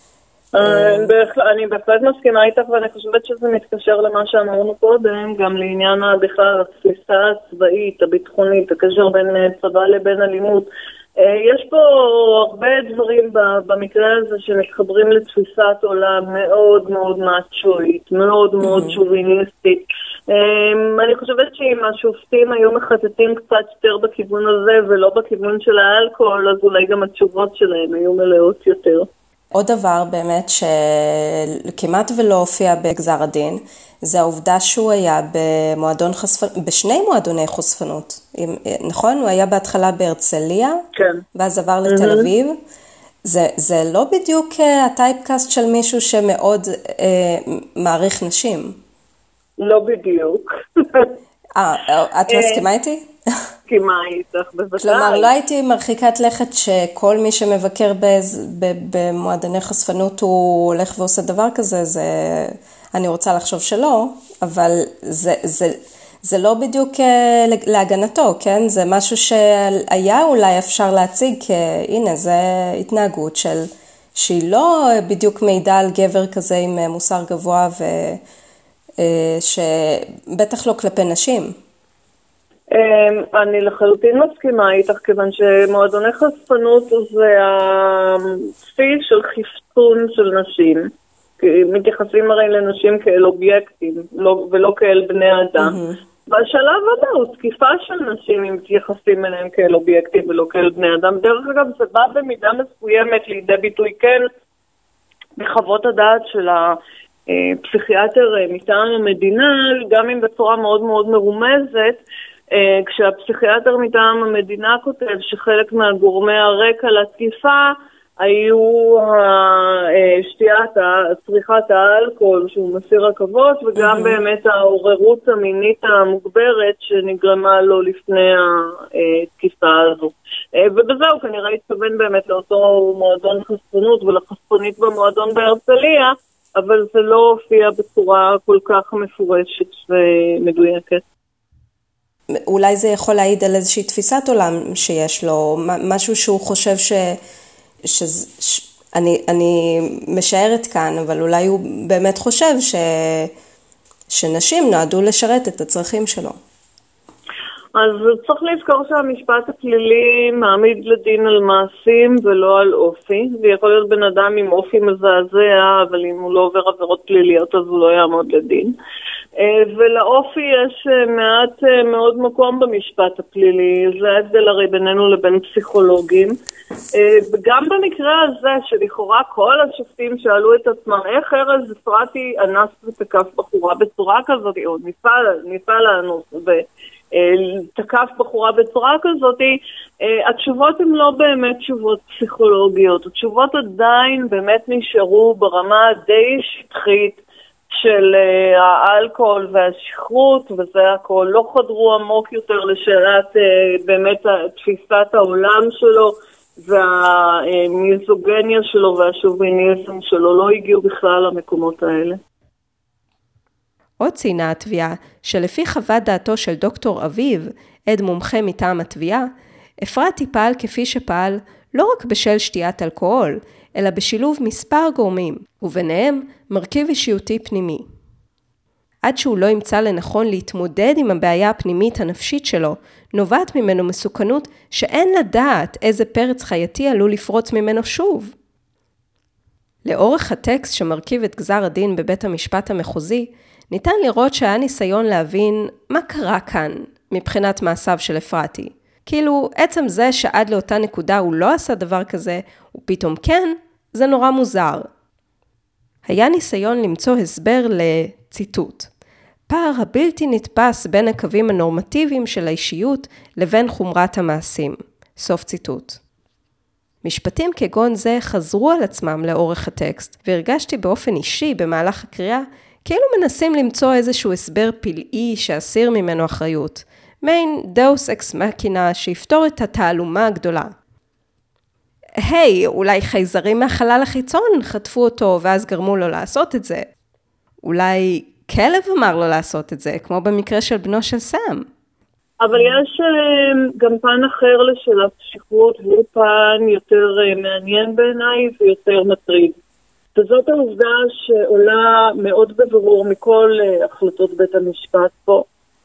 [SPEAKER 2] אני בהחלט מסכימה איתך, ואני חושבת שזה מתקשר למה שאמרנו קודם, גם לעניין בכלל התפיסה הצבאית, הביטחונית, הקשר בין צבא לבין אלימות. יש פה הרבה דברים במקרה הזה שמתחברים לתפיסת עולם מאוד מאוד מאצ'ואית, מאוד מאוד שוביניסטית. אני חושבת שאם השופטים היו מחטטים קצת יותר בכיוון הזה ולא בכיוון של האלכוהול, אז אולי גם התשובות שלהם היו מלאות יותר.
[SPEAKER 1] עוד דבר באמת שכמעט ולא הופיע בגזר הדין, זה העובדה שהוא היה בשני מועדוני חושפנות. נכון? הוא היה בהתחלה בהרצליה,
[SPEAKER 2] כן.
[SPEAKER 1] ואז עבר לתל אביב. זה לא בדיוק הטייפקאסט של מישהו שמאוד מעריך נשים.
[SPEAKER 2] לא בדיוק.
[SPEAKER 1] את מסכימה איתי?
[SPEAKER 2] מסכימה איתך, בוודאי.
[SPEAKER 1] כלומר, לא הייתי מרחיקת לכת שכל מי שמבקר במועדני חשפנות הוא הולך ועושה דבר כזה, אני רוצה לחשוב שלא, אבל זה לא בדיוק להגנתו, כן? זה משהו שהיה אולי אפשר להציג, הנה, זה התנהגות שהיא לא בדיוק מידע על גבר כזה עם מוסר גבוה, שבטח לא כלפי נשים.
[SPEAKER 2] אני לחלוטין מסכימה איתך, כיוון שמועדוני חשפנות זה הצפיל של חפצון של נשים. מתייחסים הרי לנשים כאל אובייקטים, ולא כאל בני אדם. בשלב הבא הוא תקיפה של נשים אם מתייחסים אליהם כאל אובייקטים ולא כאל בני אדם. דרך אגב, זה בא במידה מסוימת לידי ביטוי כן בחוות הדעת של הפסיכיאטר מטעם המדינה, גם אם בצורה מאוד מאוד מרומזת, כשהפסיכיאטר מטעם המדינה כותב שחלק מהגורמי הרקע לתקיפה היו צריכת האלכוהול שהוא מסיר עכבות, וגם באמת העוררות המינית המוגברת שנגרמה לו לפני התקיפה הזו. ובזה הוא כנראה התכוון באמת לאותו מועדון חשפנות ולחשפנית במועדון בהרצליה, אבל זה לא הופיע בצורה כל כך מפורשת ומדויקת.
[SPEAKER 1] אולי זה יכול להעיד על איזושהי תפיסת עולם שיש לו, משהו שהוא חושב אני משערת כאן, אבל אולי הוא באמת חושב שנשים נועדו לשרת את הצרכים שלו.
[SPEAKER 2] אז צריך לזכור שהמשפט הפלילי מעמיד לדין על מעשים ולא על אופי, ויכול להיות בן אדם עם אופי מזעזע, אבל אם הוא לא עובר עבירות פליליות אז הוא לא יעמוד לדין. ולאופי יש מעט מאוד מקום במשפט הפלילי, זה ההבדל הרי בינינו לבין פסיכולוגים. וגם במקרה הזה שלכאורה כל השופטים שאלו את עצמם איך ארז אפרתי אנס ותקף בחורה בצורה כזאת, או ניסה לאנוס ותקף בחורה בצורה כזאת, התשובות הן לא באמת תשובות פסיכולוגיות, התשובות עדיין באמת נשארו ברמה די שטחית של האלכוהול והשכרות, וזה הכל. לא חדרו עמוק יותר לשאלת באמת תפיסת העולם שלו והמיזוגניה שלו והשוביניזם שלו, לא הגיעו בכלל למקומות האלה.
[SPEAKER 1] עוד ציינה התביעה שלפי חוות דעתו של דוקטור אביב, עד מומחה מטעם התביעה, אפרתי פעל כפי שפעל לא רק בשל שתיית אלכוהול, אלא בשילוב מספר גורמים, וביניהם מרכיב אישיותי פנימי. עד שהוא לא ימצא לנכון להתמודד עם הבעיה הפנימית הנפשית שלו, נובעת ממנו מסוכנות שאין לדעת איזה פרץ חייתי עלול לפרוץ ממנו שוב. לאורך הטקסט שמרכיב את גזר הדין בבית המשפט המחוזי, ניתן לראות שהיה ניסיון להבין מה קרה כאן מבחינת מעשיו של אפרתי. כאילו, עצם זה שעד לאותה נקודה הוא לא עשה דבר כזה, ופתאום כן, זה נורא מוזר. היה ניסיון למצוא הסבר לציטוט. פער הבלתי נתפס בין הקווים הנורמטיביים של האישיות לבין חומרת המעשים. סוף ציטוט. משפטים כגון זה חזרו על עצמם לאורך הטקסט, והרגשתי באופן אישי במהלך הקריאה, כאילו מנסים למצוא איזשהו הסבר פלאי שאסיר ממנו אחריות. מעין דאוס אקס מאקינה שיפתור את התעלומה הגדולה. היי, אולי חייזרים מהחלל החיצון חטפו אותו ואז גרמו לו לעשות את זה. אולי כלב אמר לו לעשות את זה, כמו במקרה של בנו של סאם.
[SPEAKER 2] אבל יש גם פן אחר לשאלת השכרות, והוא פן יותר מעניין בעיניי ויותר מטריד. וזאת העובדה שעולה מאוד בבירור מכל החלטות בית המשפט פה.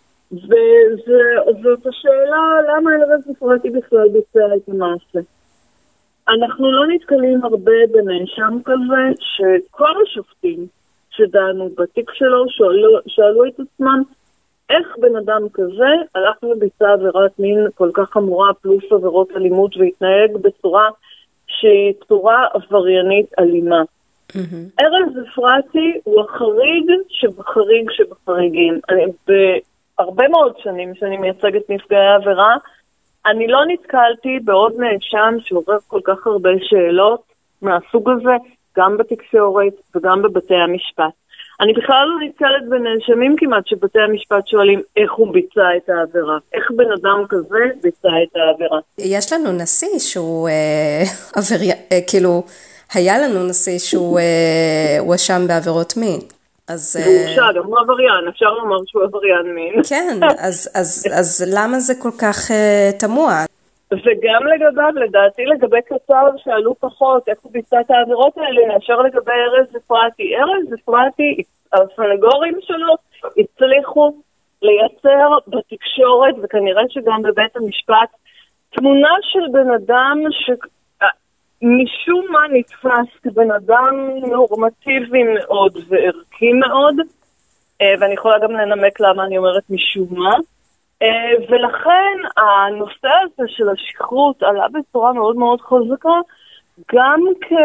[SPEAKER 2] וזאת השאלה למה ארז אפרתי בכלל ביצע את המעשה. אנחנו לא נתקלים הרבה בנאשם כזה שכל השופטים שדנו בתיק שלו שאלו את עצמם איך בן אדם כזה הלך וביצע עבירת מין כל כך חמורה פלוס עבירות אלימות והתנהג בצורה שהיא צורה עבריינית אלימה. ארז אפרתי הוא החריג שבחריג שבחריגים. בהרבה מאוד שנים שאני מייצגת נפגעי עבירה, אני לא נתקלתי בעוד נאשם שעורר כל כך הרבה שאלות מהסוג הזה, גם בתקשורת וגם בבתי המשפט. אני בכלל לא נתקלת בנאשמים כמעט שבתי המשפט שואלים איך הוא ביצע את העבירה. איך בן אדם כזה ביצע את העבירה.
[SPEAKER 1] יש לנו נשיא שהוא כאילו, היה לנו נשיא שהוא הואשם בעבירות מין.
[SPEAKER 2] הוא הורשע, גם הוא עבריין, אפשר לומר שהוא עבריין מין.
[SPEAKER 1] כן, אז למה זה כל כך תמוה?
[SPEAKER 2] וגם לגביו, לדעתי לגבי קצר שעלו פחות, איך הוא ביצע את העבירות האלה, נאשר לגבי ארז אפרתי. ארז אפרתי, הסנגורים שלו הצליחו לייצר בתקשורת, וכנראה שגם בבית המשפט, תמונה של בן אדם שמשום מה נתפס כבן אדם נורמטיבי מאוד וערכי מאוד, ואני יכולה גם לנמק למה אני אומרת משום מה, ולכן הנושא הזה של השכרות עלה בצורה מאוד מאוד חזקה, גם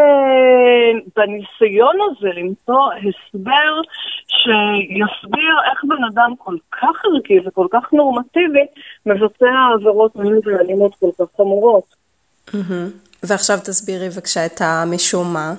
[SPEAKER 2] בניסיון הזה למצוא הסבר שיסביר איך בן אדם כל כך ערכי וכל כך נורמטיבי מבצע עבירות מין ואלימות כל כך חמורות.
[SPEAKER 1] ועכשיו תסבירי בבקשה את המשום מה.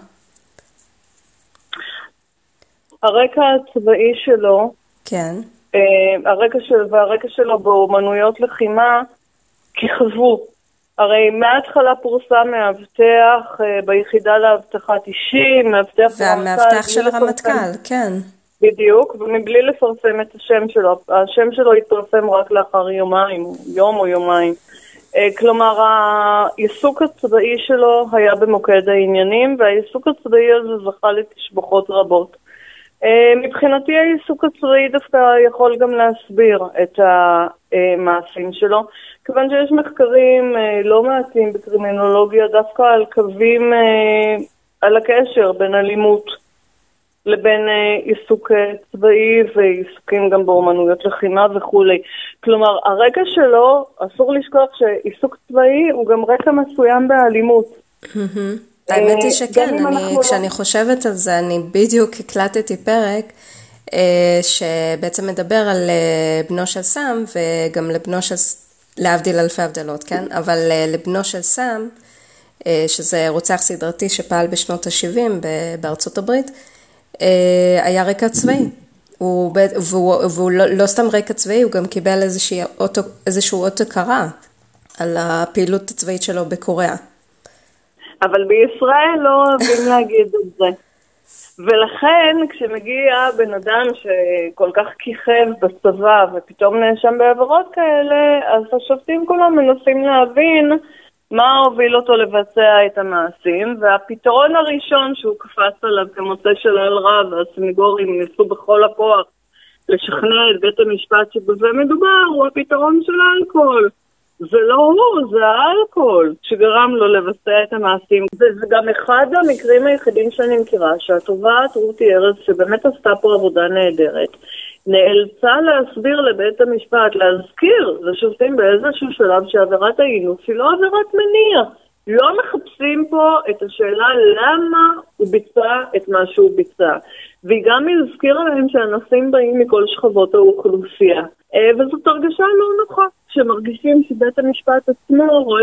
[SPEAKER 2] הרקע הצבאי שלו,
[SPEAKER 1] כן.
[SPEAKER 2] והרקע שלו באומנויות לחימה כיכבו. הרי מההתחלה פורסם מאבטח ביחידה לאבטחת אישי,
[SPEAKER 1] והמאבטח של הרמטכ"ל, כן.
[SPEAKER 2] בדיוק, ומבלי לפרסם את השם שלו. השם שלו התפרסם רק לאחר יום או יומיים. כלומר, העיסוק הצבאי שלו היה במוקד העניינים, והעיסוק הצבאי הזה זכה לתשבחות רבות. מבחינתי העיסוק הצבאי דווקא יכול גם להסביר את המעשים שלו, כיוון שיש מחקרים לא מעטים בקרימינולוגיה דווקא על קווים, על הקשר בין אלימות לבין עיסוק צבאי ועיסוקים גם באומנויות לחימה וכו'. כלומר, הרקע שלו, אסור לשכוח שעיסוק צבאי הוא גם רקע מסוים באלימות.
[SPEAKER 1] האמת היא שכן, כשאני חושבת על זה, אני בדיוק הקלטתי פרק שבעצם מדבר על בנו של סאם, וגם לבנו של, להבדיל אלפי הבדלות, כן? אבל לבנו של סאם, שזה רוצח סדרתי שפעל בשנות ה-70 בארצות הברית, היה רקע צבאי. והוא לא סתם רקע צבאי, הוא גם קיבל איזשהו אות הכרה על הפעילות הצבאית שלו בקוריאה.
[SPEAKER 2] אבל בישראל לא אוהבים להגיד את זה. ולכן כשמגיע בן אדם שכל כך כיכב בצבא ופתאום נאשם בעבירות כאלה, אז השופטים כולם מנסים להבין מה הוביל אותו לבצע את המעשים, והפתרון הראשון שהוא קפץ עליו כמוצא של אל רע, והסניגורים ניסו בכל הכוח לשכנע את בית המשפט שבזה מדובר, הוא הפתרון של האלכוהול. זה לא הוא, זה האלכוהול שגרם לו לבצע את המעשים. זה גם אחד המקרים היחידים שאני מכירה, שהתובעת רותי ארז, שבאמת עשתה פה עבודה נהדרת, נאלצה להסביר לבית המשפט, להזכיר לשופטים באיזשהו שלב שעבירת האינוס היא לא עבירת מניע. לא מחפשים פה את השאלה למה הוא ביצע את מה שהוא ביצע. והיא גם הזכירה להם שהאנשים באים מכל שכבות האוכלוסייה. וזאת הרגשה לא נוחה, שמרגישים שבית המשפט עצמו רואה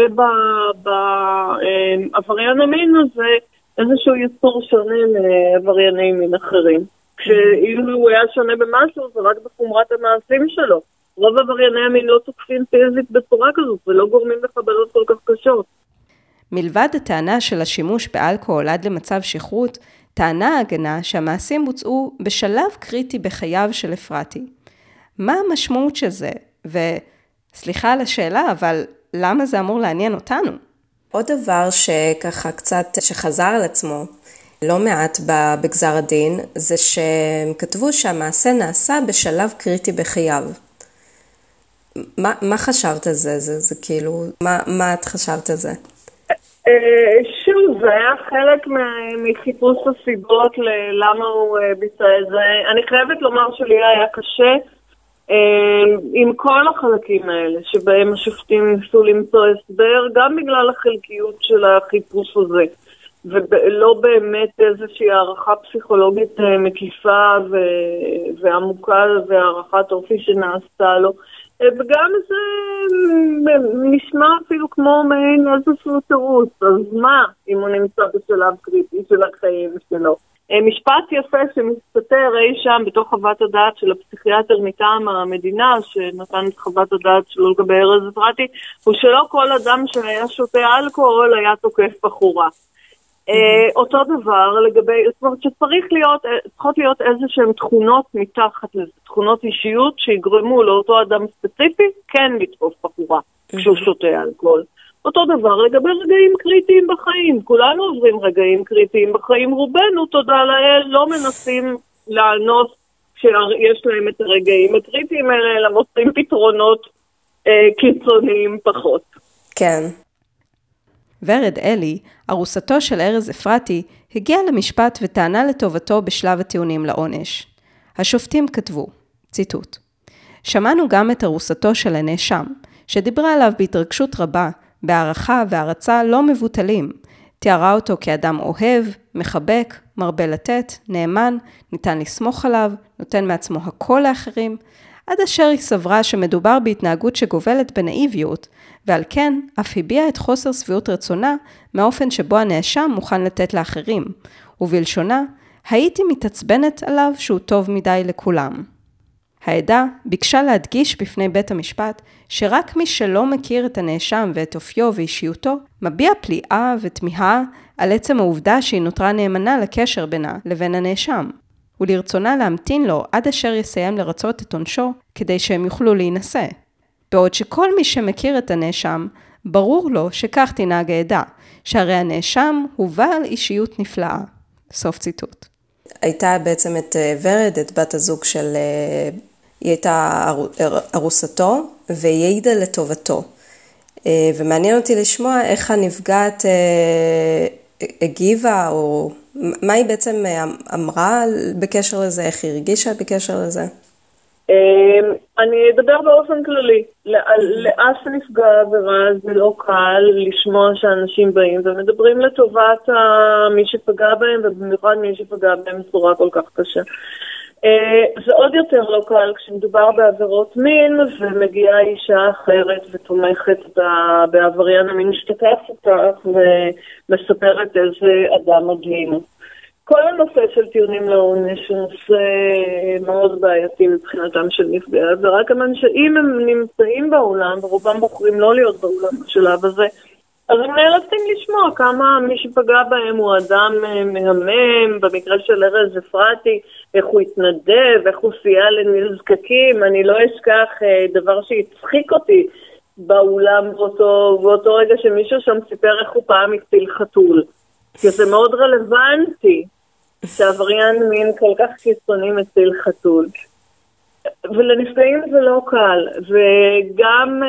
[SPEAKER 2] בעבריין המין הזה איזשהו יצור שונה מעברייני מין אחרים. כשאילו הוא היה שונה במשהו, זה רק בחומרת המעשים שלו. רוב עברייני המין לא תוקפים פיזית בצורה כזאת, ולא גורמים לחבלות כל כך קשות.
[SPEAKER 1] מלבד הטענה של השימוש באלכוהול עד למצב שכרות, טענה ההגנה שהמעשים בוצעו בשלב קריטי בחייו של אפרתי. מה המשמעות של זה? וסליחה על השאלה, אבל למה זה אמור לעניין אותנו? עוד דבר שככה קצת שחזר על עצמו, לא מעט בגזר הדין, זה שהם כתבו שהמעשה נעשה בשלב קריטי בחייו. מה חשבת על זה? זה כאילו, מה את חשבת על זה?
[SPEAKER 2] שוב, זה היה חלק מחיפוש הסיבות ללמה הוא ביצע את זה. אני חייבת לומר שלי היה קשה עם כל החלקים האלה שבהם השופטים ניסו למצוא הסבר, גם בגלל החלקיות של החיפוש הזה, ולא באמת איזושהי הערכה פסיכולוגית מקיפה ועמוקה והערכת אופי שנעשתה לו. וגם זה נשמע אפילו כמו מעין איזשהו תירוץ, אז מה אם הוא נמצא בשלב קריטי של החיים שלו? משפט יפה שמסתתר אי שם בתוך חוות הדעת של הפסיכיאטר מטעם המדינה שנתן את חוות הדעת שלו לגבי ארז אפרתי, הוא שלא כל אדם שהיה שותה אלכוהול היה תוקף בחורה. אותו דבר לגבי, זאת אומרת שצריכות להיות איזשהם תכונות מתחת לזה, תכונות אישיות שיגרמו לאותו אדם ספציפי כן לתקוף בחורה כשהוא שותה אלכוהול. אותו דבר לגבי רגעים קריטיים בחיים, כולנו עוברים רגעים קריטיים בחיים, רובנו תודה לאל לא מנסים לענות שיש להם את הרגעים הקריטיים האלה, אלא מוצאים פתרונות קיצוניים פחות.
[SPEAKER 1] כן. ורד אלי, ארוסתו של ארז אפרתי, הגיעה למשפט וטענה לטובתו בשלב הטיעונים לעונש. השופטים כתבו, ציטוט: שמענו גם את ארוסתו של הנאשם, שדיברה עליו בהתרגשות רבה, בהערכה והערצה לא מבוטלים. תיארה אותו כאדם אוהב, מחבק, מרבה לתת, נאמן, ניתן לסמוך עליו, נותן מעצמו הכל לאחרים, עד אשר היא סברה שמדובר בהתנהגות שגובלת בנאיביות, ועל כן אף הביעה את חוסר סביעות רצונה מהאופן שבו הנאשם מוכן לתת לאחרים, ובלשונה, הייתי מתעצבנת עליו שהוא טוב מדי לכולם. העדה ביקשה להדגיש בפני בית המשפט שרק מי שלא מכיר את הנאשם ואת אופיו ואישיותו, מביע פליאה ותמיהה על עצם העובדה שהיא נותרה נאמנה לקשר בינה לבין הנאשם, ולרצונה להמתין לו עד אשר יסיים לרצות את עונשו כדי שהם יוכלו להינשא. בעוד שכל מי שמכיר את הנאשם, ברור לו שכך תנהג העדה, שהרי הנאשם הוא בעל אישיות נפלאה. סוף ציטוט. הייתה בעצם את ורד, את בת הזוג של, היא הייתה ארוסתו, והיא העידה לטובתו. ומעניין אותי לשמוע איך הנפגעת הגיבה, או מה היא בעצם אמרה בקשר לזה, איך היא הרגישה בקשר לזה?
[SPEAKER 2] אני אדבר באופן כללי. לאף נפגע עבירה זה לא קל לשמוע שאנשים באים ומדברים לטובת מי שפגע בהם, ובמיוחד מי שפגע בהם בצורה כל כך קשה. זה עוד יותר לא קל כשמדובר בעבירות מין ומגיעה אישה אחרת ותומכת בעבריין המין שתקף אותך ומספרת איזה אדם מדהים. כל הנושא של טיעונים לעונש הוא נושא מאוד בעייתי מבחינתם של נפגעי עבירה, כמובן שאם הם נמצאים באולם, ורובם בוחרים לא להיות באולם בשלב הזה, אז הם נאלצים לשמוע כמה מי שפגע בהם הוא אדם מהמם, במקרה של ארז אפרתי, איך הוא התנדב, איך הוא סייע לנזקקים. אני לא אשכח דבר שהצחיק אותי באולם באותו רגע שמישהו שם סיפר איך הוא פעם הציל חתול. כי זה מאוד רלוונטי שעבריין מין כל כך קיצוני מציל חתול. ולנפגעים זה לא קל, וגם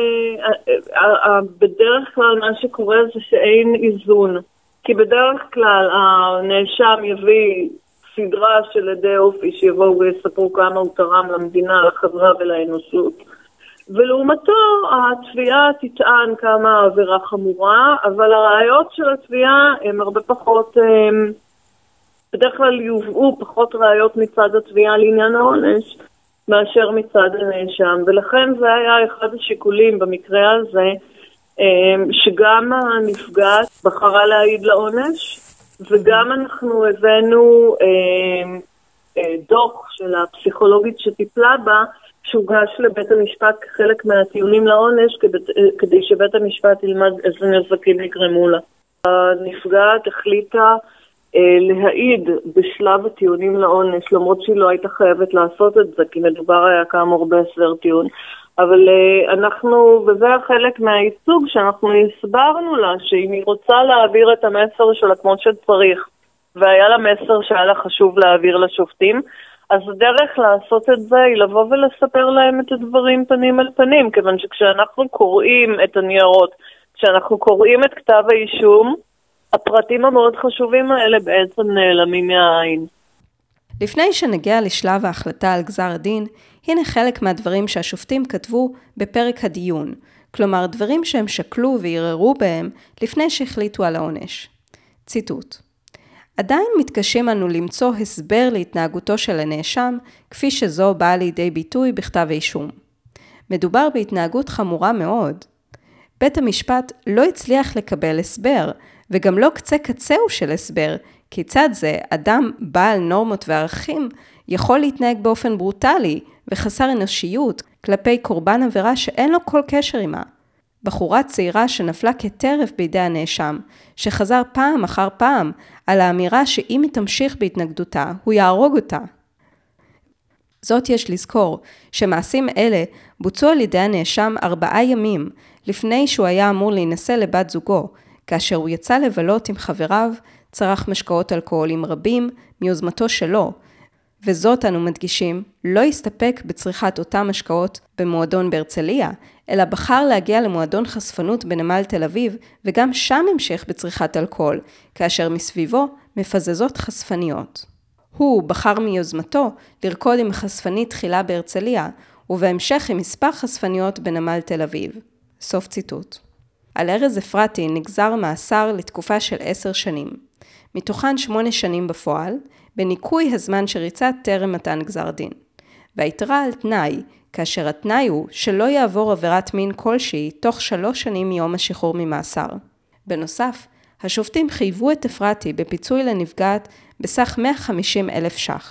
[SPEAKER 2] בדרך כלל מה שקורה זה שאין איזון, כי בדרך כלל הנאשם יביא סדרה של עדי אופי שיבואו ויספרו כמה הוא תרם למדינה, לחברה ולאנושות, ולעומתו התביעה תטען כמה העבירה חמורה, אבל הראיות של התביעה הן הרבה פחות, בדרך כלל יובאו פחות ראיות מצד התביעה לעניין העונש מאשר מצד הנאשם, ולכן זה היה אחד השיקולים במקרה הזה, שגם הנפגעת בחרה להעיד לעונש, וגם אנחנו הבאנו דוח של הפסיכולוגית שטיפלה בה, שהוגש לבית המשפט כחלק מהטיעונים לעונש, כדי שבית המשפט ילמד איזה נזקים יגרמו לה. הנפגעת החליטה להעיד בשלב הטיעונים לעונש, למרות שהיא לא הייתה חייבת לעשות את זה, כי מדובר היה כאמור בהסדר טיעון. אבל אנחנו, וזה חלק מהייצוג שאנחנו הסברנו לה, שאם היא רוצה להעביר את המסר שלה כמו שצריך, והיה לה מסר שהיה לה חשוב להעביר לשופטים, אז הדרך לעשות את זה היא לבוא ולספר להם את הדברים פנים על פנים, כיוון שכשאנחנו קוראים את הניירות, כשאנחנו קוראים את כתב האישום, הפרטים המאוד חשובים האלה בעצם נעלמים מהעין.
[SPEAKER 1] לפני שנגיע לשלב ההחלטה על גזר הדין, הנה חלק מהדברים שהשופטים כתבו בפרק הדיון, כלומר דברים שהם שקלו וערערו בהם לפני שהחליטו על העונש. ציטוט: עדיין מתקשים אנו למצוא הסבר להתנהגותו של הנאשם, כפי שזו באה לידי ביטוי בכתב האישום. מדובר בהתנהגות חמורה מאוד. בית המשפט לא הצליח לקבל הסבר, וגם לא קצה קצהו של הסבר, כיצד זה אדם בעל נורמות וערכים יכול להתנהג באופן ברוטלי וחסר אנושיות כלפי קורבן עבירה שאין לו כל קשר עימה. בחורה צעירה שנפלה כטרף בידי הנאשם, שחזר פעם אחר פעם על האמירה שאם היא תמשיך בהתנגדותה, הוא יהרוג אותה. זאת יש לזכור שמעשים אלה בוצעו על ידי הנאשם 4 ימים לפני שהוא היה אמור להינשא לבת זוגו, כאשר הוא יצא לבלות עם חבריו, צרך משקאות אלכוהולים רבים מיוזמתו שלו, וזאת אנו מדגישים, לא הסתפק בצריכת אותם משקאות במועדון בהרצליה, אלא בחר להגיע למועדון חשפנות בנמל תל אביב, וגם שם המשך בצריכת אלכוהול, כאשר מסביבו מפזזות חשפניות. הוא בחר מיוזמתו לרקוד עם חשפנית תחילה בהרצליה, ובהמשך עם מספר חשפניות בנמל תל אביב. סוף ציטוט. על ארז אפרתי נגזר מאסר לתקופה של 10 שנים, מתוכן 8 שנים בפועל, בניקוי הזמן שריצה טרם מתן גזר דין. והיתרה על תנאי, כאשר התנאי הוא שלא יעבור עבירת מין כלשהי תוך 3 שנים מיום השחרור ממאסר. בנוסף, השופטים חייבו את אפרתי בפיצוי לנפגעת בסך 150,000 ש"ח.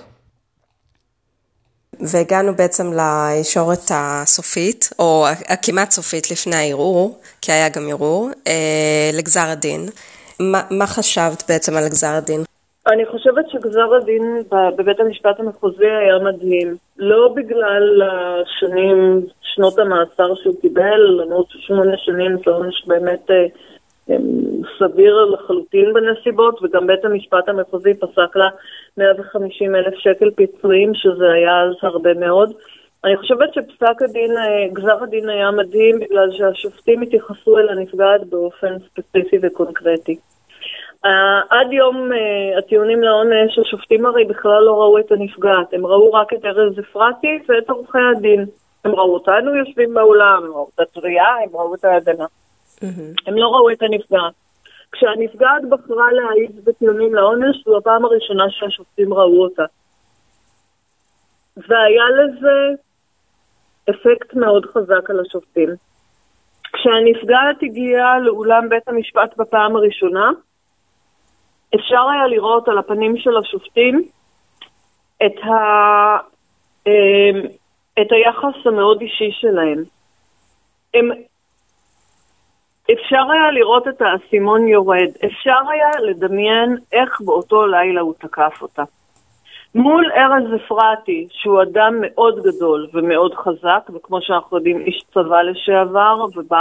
[SPEAKER 1] והגענו בעצם לישורת הסופית, או הכמעט סופית לפני הערעור, כי היה גם ערעור, לגזר הדין. מה חשבת בעצם על גזר הדין?
[SPEAKER 2] אני חושבת שגזר הדין בבית המשפט המחוזי היה מדהים. לא בגלל שנות המאסר שהוא קיבל, למרות 8 שנים זה עונש באמת סביר לחלוטין בנסיבות, וגם בית המשפט המחוזי פסק לה 150,000 שקל פיצויים, שזה היה אז הרבה מאוד. אני חושבת שפסק הדין, גזר הדין היה מדהים, בגלל שהשופטים התייחסו אל הנפגעת באופן ספציפי וקונקרטי. עד יום הטיעונים לעונש, השופטים הרי בכלל לא ראו את הנפגעת, הם ראו רק את ארז אפרתי ואת עורכי הדין. הם ראו אותנו יושבים באולם, הם ראו את התביעה, הם ראו את ההגנה. הם לא ראו את הנפגעת. כשהנפגעת בחרה להעיד בטיעונים לעונש, זו הפעם הראשונה שהשופטים ראו אותה. והיה לזה אפקט מאוד חזק על השופטים. כשהנפגעת הגיעה לאולם בית המשפט בפעם הראשונה, אפשר היה לראות על הפנים של השופטים את היחס המאוד אישי שלהם. אפשר היה לראות את האסימון יורד, אפשר היה לדמיין איך באותו לילה הוא תקף אותה. מול ארז אפרתי, שהוא אדם מאוד גדול ומאוד חזק, וכמו שאנחנו יודעים, איש צבא לשעבר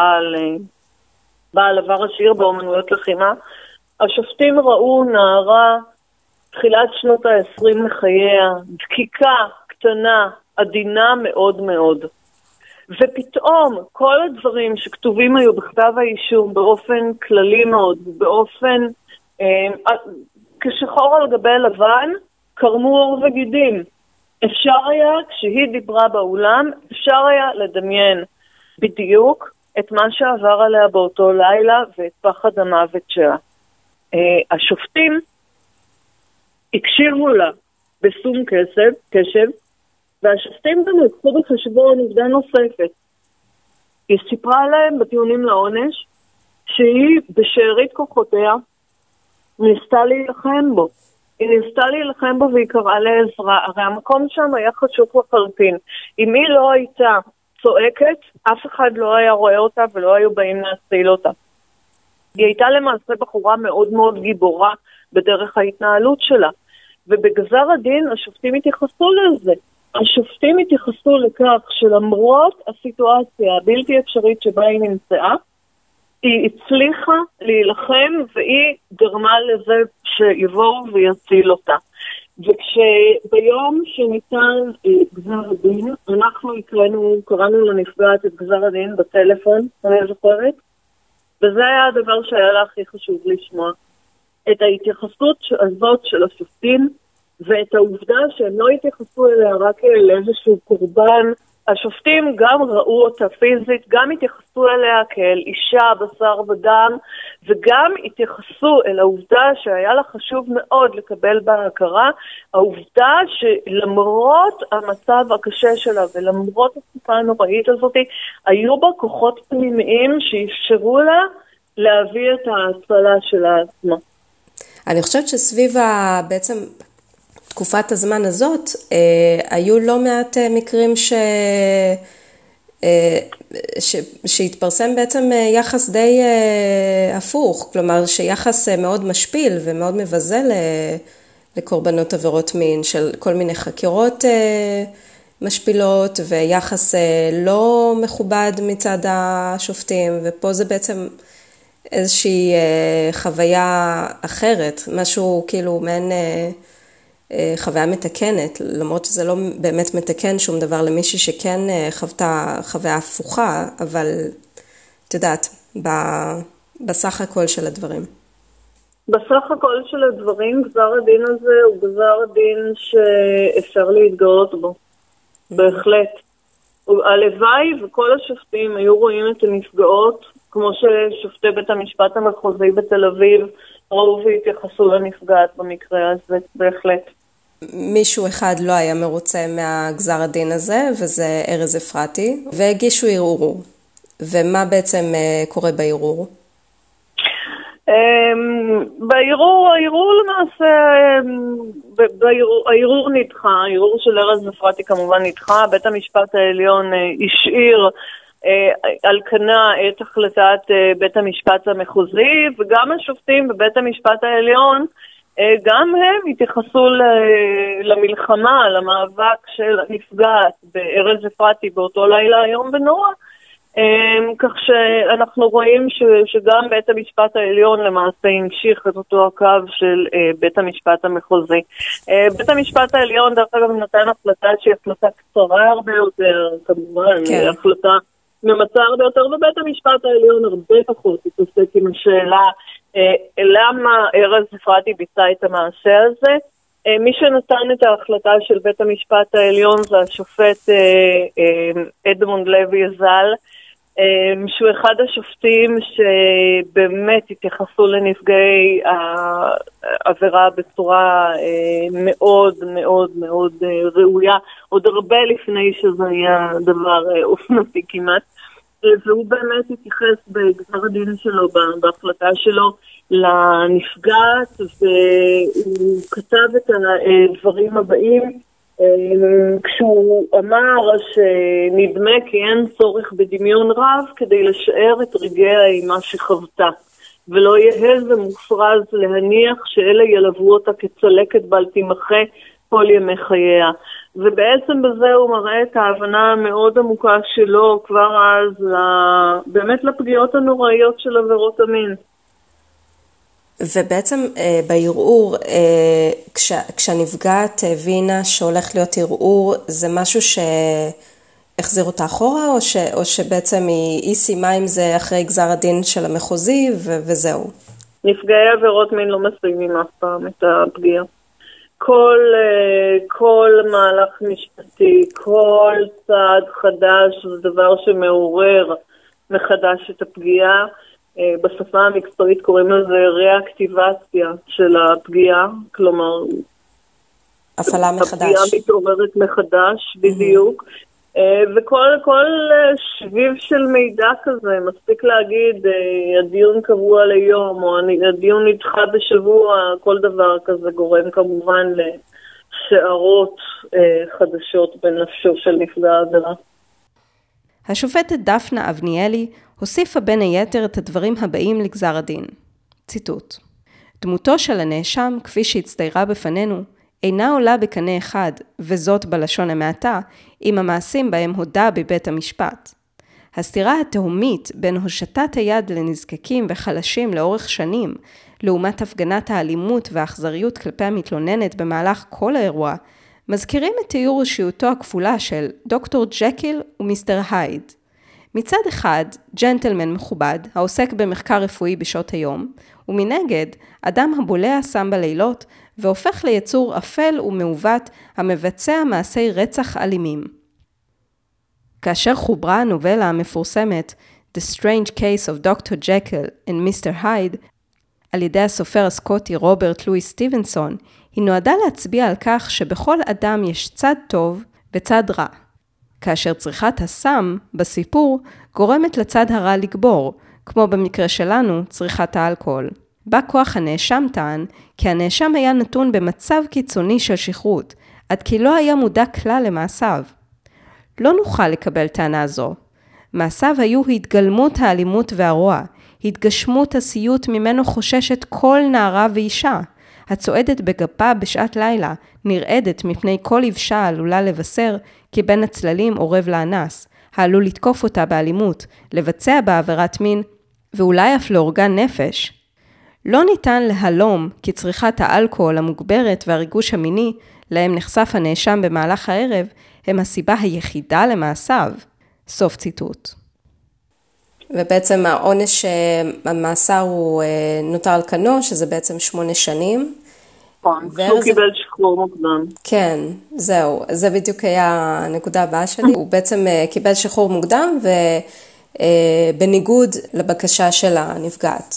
[SPEAKER 2] ובעל עבר עשיר באומנויות לחימה, השופטים ראו נערה תחילת שנות ה-20 לחייה, דקיקה, קטנה, עדינה מאוד מאוד. ופתאום כל הדברים שכתובים היו בכתב האישום באופן כללי מאוד, באופן כשחור על גבי לבן, קרמו עור וגידים. אפשר היה, כשהיא דיברה באולם, אפשר היה לדמיין בדיוק את מה שעבר עליה באותו לילה ואת פחד המוות שלה. השופטים הקשיבו לה בשום קשב, והשופטים גם לקחו בחשבון עובדה נוספת. היא סיפרה להם בטיעונים לעונש שהיא בשארית כוחותיה ניסתה להילחם בו. היא ניסתה להילחם בו והיא קראה לעזרה. הרי המקום שם היה חשוב לחלוטין. אם היא לא הייתה צועקת, אף אחד לא היה רואה אותה ולא היו באים להציל אותה. היא הייתה למעשה בחורה מאוד מאוד גיבורה בדרך ההתנהלות שלה. ובגזר הדין השופטים התייחסו לזה. השופטים התייחסו לכך שלמרות הסיטואציה הבלתי אפשרית שבה היא נמצאה, היא הצליחה להילחם והיא גרמה לזה שיבואו ויציל אותה. וכשביום שניתן גזר הדין, אנחנו קראנו לנפגעת את גזר הדין בטלפון, אני זוכרת, וזה היה הדבר שהיה לה הכי חשוב לשמוע. את ההתייחסות הזאת של השופטים, ואת העובדה שהם לא התייחסו אליה רק אל איזשהו קורבן. השופטים גם ראו אותה פיזית, גם התייחסו אליה כאל אישה, בשר ודם, וגם התייחסו אל העובדה שהיה לה חשוב מאוד לקבל בה הכרה, העובדה שלמרות המצב הקשה שלה ולמרות התקופה הנוראית הזאת, היו בה כוחות פנימיים שאפשרו לה להביא את ההצלה שלה עצמה.
[SPEAKER 1] אני חושבת שסביב בעצם תקופת הזמן הזאת, היו לא מעט מקרים שהתפרסם בעצם יחס די הפוך, כלומר שיחס מאוד משפיל ומאוד מבזה לקורבנות עבירות מין, של כל מיני חקירות משפילות ויחס לא מכובד מצד השופטים, ופה זה בעצם איזושהי חוויה אחרת, משהו כאילו מעין חוויה מתקנת, למרות שזה לא באמת מתקן שום דבר למישהי שכן חוותה חוויה הפוכה, אבל את יודעת, בסך הכל של הדברים.
[SPEAKER 2] בסך הכל של הדברים, גזר הדין הזה הוא גזר דין שאפשר להתגאות בו, בהחלט. הלוואי וכל השופטים היו רואים את הנפגעות, כמו ששופטי בית המשפט המחוזי בתל אביב ראו והתייחסו לנפגעת במקרה הזה, בהחלט.
[SPEAKER 1] מישהו אחד לא היה מרוצה מהגזר הדין הזה, וזה ארז אפרתי, והגישו ערעור. ומה בעצם קורה בערעור?
[SPEAKER 2] הערעור למעשה, הערעור נדחה, הערעור של ארז אפרתי כמובן נדחה, בית המשפט העליון השאיר על כנה את החלטת בית המשפט המחוזי, וגם השופטים בבית המשפט העליון, גם הם התייחסו למלחמה, למאבק של הנפגעת בארז אפרתי באותו לילה היום ונורא, כך שאנחנו רואים שגם בית המשפט העליון למעשה המשיך את אותו הקו של בית המשפט המחוזי. בית המשפט העליון דרך אגב נתן החלטה שהיא החלטה קצרה הרבה יותר, כמובן, כן. החלטה ממצה הרבה יותר, ובית המשפט העליון הרבה פחות התעסק עם השאלה למה ארז אפרתי ביצע את המעשה הזה. מי שנתן את ההחלטה של בית המשפט העליון זה השופט אדמונד לוי ז"ל, שהוא אחד השופטים שבאמת התייחסו לנפגעי העבירה בצורה מאוד מאוד מאוד ראויה, עוד הרבה לפני שזה היה דבר אופנתי כמעט, והוא באמת התייחס בגזר הדין שלו, בהחלטה שלו לנפגעת, והוא כתב את הדברים הבאים, כשהוא אמר שנדמה כי אין צורך בדמיון רב כדי לשער את רגעי האימה שחוותה, ולא יהיה זה מופרז להניח שאלה ילוו אותה כצלקת בל תימחה כל ימי חייה. ובעצם בזה הוא מראה את ההבנה המאוד עמוקה שלו כבר אז באמת לפגיעות הנוראיות של עבירות המין.
[SPEAKER 1] ובעצם בערעור, כשהנפגעת הבינה שהולך להיות ערעור, זה משהו שהחזיר אותה אחורה, או שבעצם היא סיימה עם זה אחרי גזר הדין של המחוזי וזהו?
[SPEAKER 2] נפגעי עבירות מין לא מסיימים אף פעם את הפגיעה. כל מהלך משפטי, כל צעד חדש, זה דבר שמעורר מחדש את הפגיעה. בשפה המקצועית קוראים לזה ריאקטיבציה של הפגיעה, כלומר,
[SPEAKER 1] הפעלה מחדש.
[SPEAKER 2] הפגיעה מתעוררת מחדש, בדיוק. וכל שביב של מידע כזה, מספיק להגיד, הדיון קבוע ליום, או הדיון נדחה בשבוע, כל דבר כזה גורם כמובן לשערות חדשות בנפשו של נפגע העבירה.
[SPEAKER 1] השופטת דפנה אבניאלי הוסיפה בין היתר את הדברים הבאים לגזר הדין. ציטוט: דמותו של הנאשם, כפי שהצטיירה בפנינו, אינה עולה בקנה אחד, וזאת בלשון המעטה, עם המעשים בהם הודה בבית המשפט. הסתירה התהומית בין הושטת היד לנזקקים וחלשים לאורך שנים, לעומת הפגנת האלימות והאכזריות כלפי המתלוננת במהלך כל האירוע, מזכירים את תיאור אישיותו הכפולה של דוקטור ג'קיל ומיסטר הייד. מצד אחד, ג'נטלמן מכובד, העוסק במחקר רפואי בשעות היום, ומנגד, אדם הבולע סם בלילות, והופך ליצור אפל ומעוות המבצע מעשי רצח אלימים. כאשר חוברה הנובלה המפורסמת The Strange Case of Dr. Jekyll and Mr. Hyde, על ידי הסופר הסקוטי רוברט לואיס סטיבנסון, היא נועדה להצביע על כך שבכל אדם יש צד טוב וצד רע. כאשר צריכת הסם בסיפור גורמת לצד הרע לגבור, כמו במקרה שלנו צריכת האלכוהול. בא כוח הנאשם טען כי הנאשם היה נתון במצב קיצוני של שכרות, עד כי לא היה מודע כלל למעשיו. לא נוכל לקבל טענה זו. מעשיו היו התגלמות האלימות והרוע, התגשמות הסיוט ממנו חוששת כל נערה ואישה, הצועדת בגפה בשעת לילה, נרעדת מפני כל יבשה העלולה לבשר כי בין הצללים עורב לאנס, העלול לתקוף אותה באלימות, לבצע בה עבירת מין, ואולי אף לאורגן נפש. לא ניתן להלום כי צריכת האלכוהול המוגברת והריגוש המיני, להם נחשף הנאשם במהלך הערב, הם הסיבה היחידה למעשיו. סוף ציטוט. ובעצם העונש המאסר הוא נותר על כנו, שזה בעצם 8 שנים.
[SPEAKER 2] הוא קיבל שחרור מוקדם.
[SPEAKER 1] כן, זהו. זה בדיוק היה הנקודה הבאה שלי. הוא בעצם קיבל שחרור מוקדם, ובניגוד לבקשה של הנפגעת.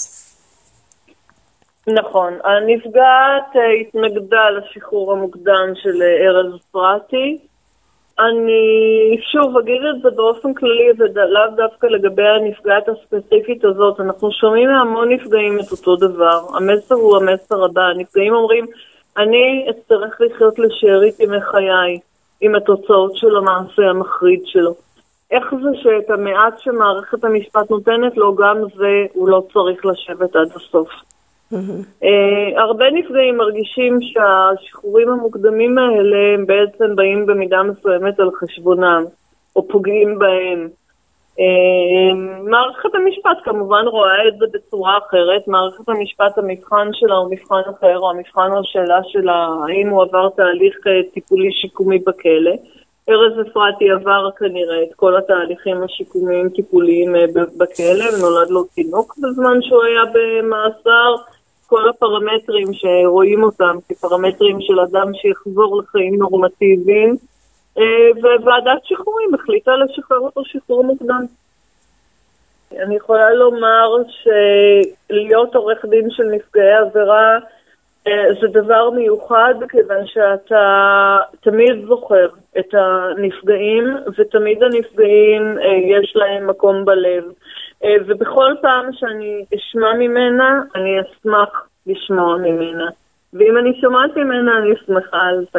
[SPEAKER 2] נכון. הנפגעת התנגדה לשחרור המוקדם של ארז אפרתי. אני שוב אגיד את זה באופן כללי, ולאו דווקא לגבי הנפגעת הספציפית הזאת. אנחנו שומעים מהמון נפגעים את אותו דבר. המסר הוא המסר הבא. הנפגעים אומרים, אני אצטרך לחיות לשארית ימי חיי עם התוצאות של המעשה המחריד שלו. איך זה שאת המעט שמערכת המשפט נותנת לו, גם זה הוא לא צריך לשבת עד הסוף. הרבה נפגעים מרגישים שהשחרורים המוקדמים האלה הם בעצם באים במידה מסוימת על חשבונם או פוגעים בהם. מערכת המשפט כמובן רואה את זה בצורה אחרת. מערכת המשפט, המבחן שלה הוא מבחן אחר, או המבחן או השאלה שלה האם הוא עבר תהליך טיפולי שיקומי בכלא. ארז אפרתי עבר כנראה את כל התהליכים השיקומיים טיפוליים בכלא, ונולד לו תינוק בזמן שהוא היה במאסר. כל הפרמטרים שרואים אותם כפרמטרים של אדם שיחזור לחיים נורמטיביים, וועדת שחרורים החליטה לשחרר אותו שחרור מוקדם. אני יכולה לומר שלהיות עורך דין של נפגעי עבירה זה דבר מיוחד, כיוון שאתה תמיד זוכר את הנפגעים, ותמיד הנפגעים יש להם מקום בלב. ובכל פעם שאני אשמע ממנה, אני אשמח לשמוע ממנה. ואם אני שומעת ממנה, אני אשמחה על זה.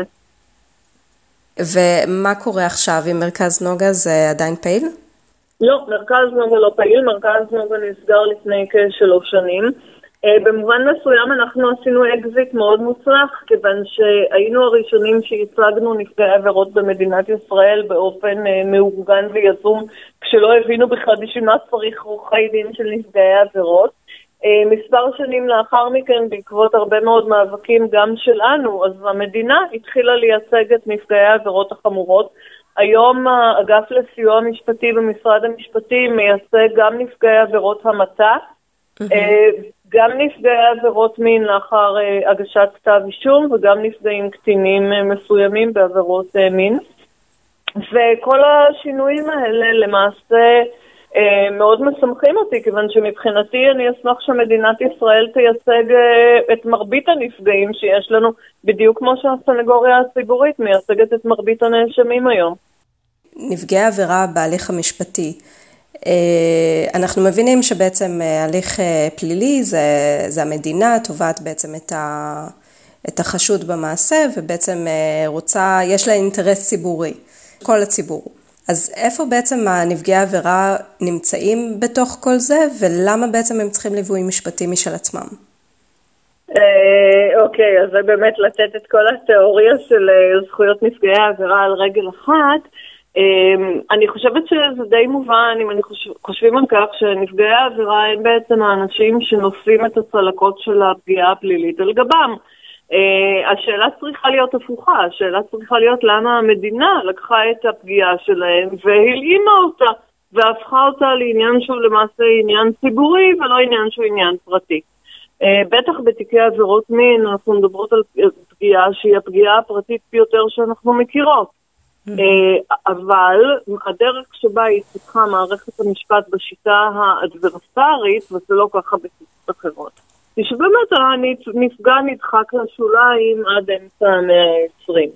[SPEAKER 1] ומה קורה עכשיו עם מרכז נוגה? זה עדיין פעיל?
[SPEAKER 2] לא, מרכז נוגה לא פעיל. מרכז נוגה נסגר לפני כ3 שנים. במובן מסוים אנחנו עשינו אקזיט מאוד מוצלח, כיוון שהיינו הראשונים שהצגנו נפגעי עבירות במדינת ישראל באופן מאורגן ויזום, כשלא הבינו בכלל בשביל מה צריך עורכי דין של נפגעי עבירות. מספר שנים לאחר מכן, בעקבות הרבה מאוד מאבקים גם שלנו, אז המדינה התחילה לייצג את נפגעי העבירות החמורות. היום האגף לסיוע משפטי במשרד המשפטים מייצג גם נפגעי עבירות המתה, גם נפגעי עבירות מין לאחר הגשת כתב אישום, וגם נפגעים קטינים מסוימים בעבירות מין. וכל השינויים האלה למעשה מאוד משמחים אותי, כיוון שמבחינתי אני אשמח שמדינת ישראל תייצג את מרבית הנפגעים שיש לנו, בדיוק כמו שהסנגוריה הציבורית מייצגת את מרבית הנאשמים היום.
[SPEAKER 1] נפגעי עבירה בהליך המשפטי. אנחנו מבינים שבעצם הליך פלילי זה המדינה תובעת בעצם את החשוד במעשה, ובעצם יש לה אינטרס ציבורי, כל הציבור. אז איפה בעצם הנפגעי העבירה נמצאים בתוך כל זה, ולמה בעצם הם צריכים ליווי משפטי משל עצמם?
[SPEAKER 2] אוקיי, אז זה באמת לתת את כל התיאוריה של זכויות נפגעי העבירה על רגל אחת. אני חושבת שזה די מובן, אם חושבים על כך שנפגעי העבירה הם בעצם האנשים שנושאים את הצלקות של הפגיעה הפלילית על גבם. השאלה צריכה להיות הפוכה, השאלה צריכה להיות למה המדינה לקחה את הפגיעה שלהם והלאימה אותה והפכה אותה לעניין שהוא למעשה עניין ציבורי ולא עניין שהוא עניין פרטי. בטח בתיקי עבירות מין אנחנו מדברות על פגיעה שהיא הפגיעה הפרטית ביותר שאנחנו מכירות. אבל הדרך שבה היא צריכה מערכת המשפט בשיטה האדברסרית, וזה לא ככה בשיטות אחרות, היא שבאמת הנפגע נדחק לשוליים עד אמצע המאה ה-20.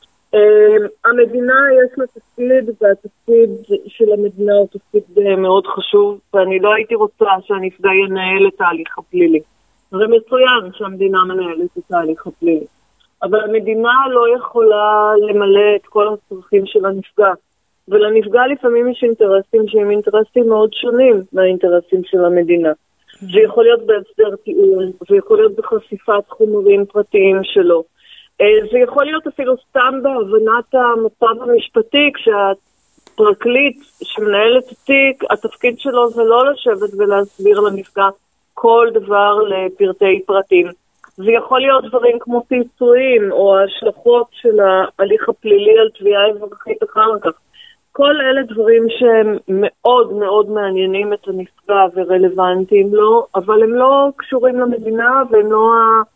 [SPEAKER 2] המדינה יש לה תפקיד, והתפקיד של המדינה הוא תפקיד מאוד חשוב, ואני לא הייתי רוצה שהנפגע ינהל את ההליך הפלילי. זה מצוין שהמדינה מנהלת את ההליך הפלילי. אבל המדינה לא יכולה למלא את כל הצרכים של הנפגע. ולנפגע לפעמים יש אינטרסים שהם אינטרסים מאוד שונים מהאינטרסים של המדינה. זה יכול להיות בהסדר טיעון, זה יכול להיות בחשיפת חומרים פרטיים שלו. זה יכול להיות אפילו סתם בהבנת המצב המשפטי, כשהפרקליט שמנהל את התיק, התפקיד שלו זה לא לשבת ולהסביר לנפגע כל דבר לפרטי פרטים. זה יכול להיות דברים כמו פיצויים או ההשלכות של ההליך הפלילי על תביעה אזרחית אחר כך. כל אלה דברים שהם מאוד מאוד מעניינים את הנפגע ורלוונטיים לו, אבל הם לא קשורים למדינה והם לא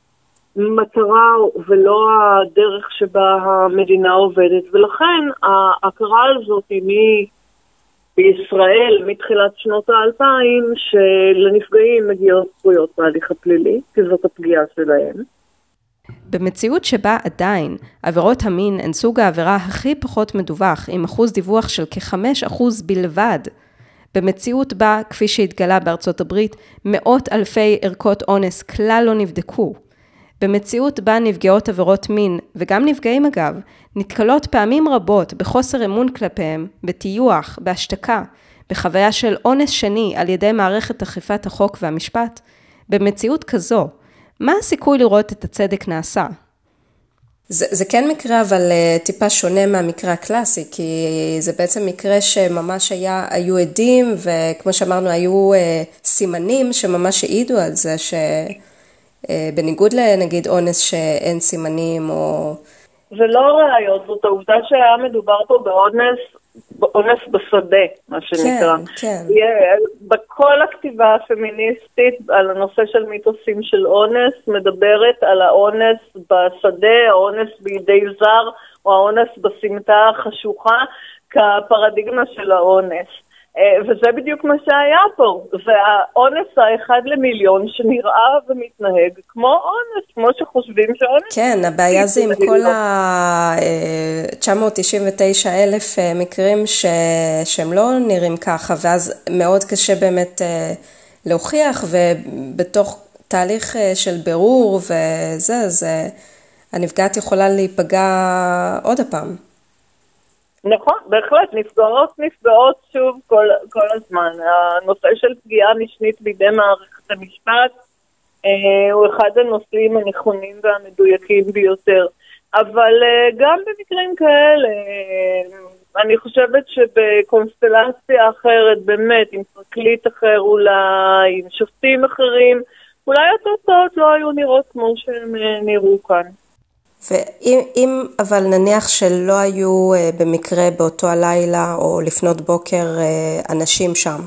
[SPEAKER 2] המטרה ולא הדרך שבה המדינה עובדת. ולכן ההכרה הזאת היא בישראל מתחילת שנות ה-2000 שלנפגעים מגיעות זכויות בהליך הפלילי, כי זאת הפגיעה שלהם.
[SPEAKER 1] במציאות שבה עדיין עבירות המין הן סוג העבירה הכי פחות מדווח, עם אחוז דיווח של כ5% בלבד, במציאות בה, כפי שהתגלה בארצות הברית, מאות אלפי ערכות אונס כלל לא נבדקו, במציאות בה נפגעות עבירות מין, וגם נפגעים אגב, נתקלות פעמים רבות בחוסר אמון כלפיהם, בטיוח, בהשתקה, בחוויה של אונס שני על ידי מערכת אכיפת החוק והמשפט, במציאות כזו, מה הסיכוי לראות את הצדק נעשה? זה כן מקרה, אבל טיפה שונה מהמקרה הקלאסי, כי זה בעצם מקרה שממש היו עדים, וכמו שאמרנו, היו סימנים שממש העידו על זה, שבניגוד לנגיד אונס שאין סימנים או...
[SPEAKER 2] זה לא ראיות, זאת העובדה שהיה מדובר פה באונס בשדה, מה שנקרא.
[SPEAKER 1] כן.
[SPEAKER 2] בכל הכתיבה הפמיניסטית על הנושא של מיתוסים של אונס, מדברת על האונס בשדה, האונס בידי זר, או האונס בסמטה החשוכה, כפרדיגמה של האונס. וזה בדיוק מה שהיה פה. והאונס האחד למיליון שנראה ומתנהג כמו אונס, כמו שחושבים שאונס.
[SPEAKER 1] כן, הבעיה זה עם כל ה-999,000 מקרים שהם לא נראים ככה, ואז מאוד קשה באמת להוכיח, ובתוך תהליך של ברור וזה, אז הנפגעת יכולה להיפגע עוד הפעם.
[SPEAKER 2] נכון, בהחלט, נפגעות שוב כל הזמן. הנושא של פגיעה משנית בידי מערכת המשפט הוא אחד הנושאים הנכונים והמדויקים ביותר. אבל גם במקרים כאלה, אני חושבת שבקונסטלציה אחרת, באמת, עם פרקליט אחר אולי, עם שופטים אחרים, אולי התוצאות לא היו נראות כמו שהם נראו כאן.
[SPEAKER 1] ואם אבל נניח שלא היו במקרה באותו הלילה או לפנות בוקר אנשים שם,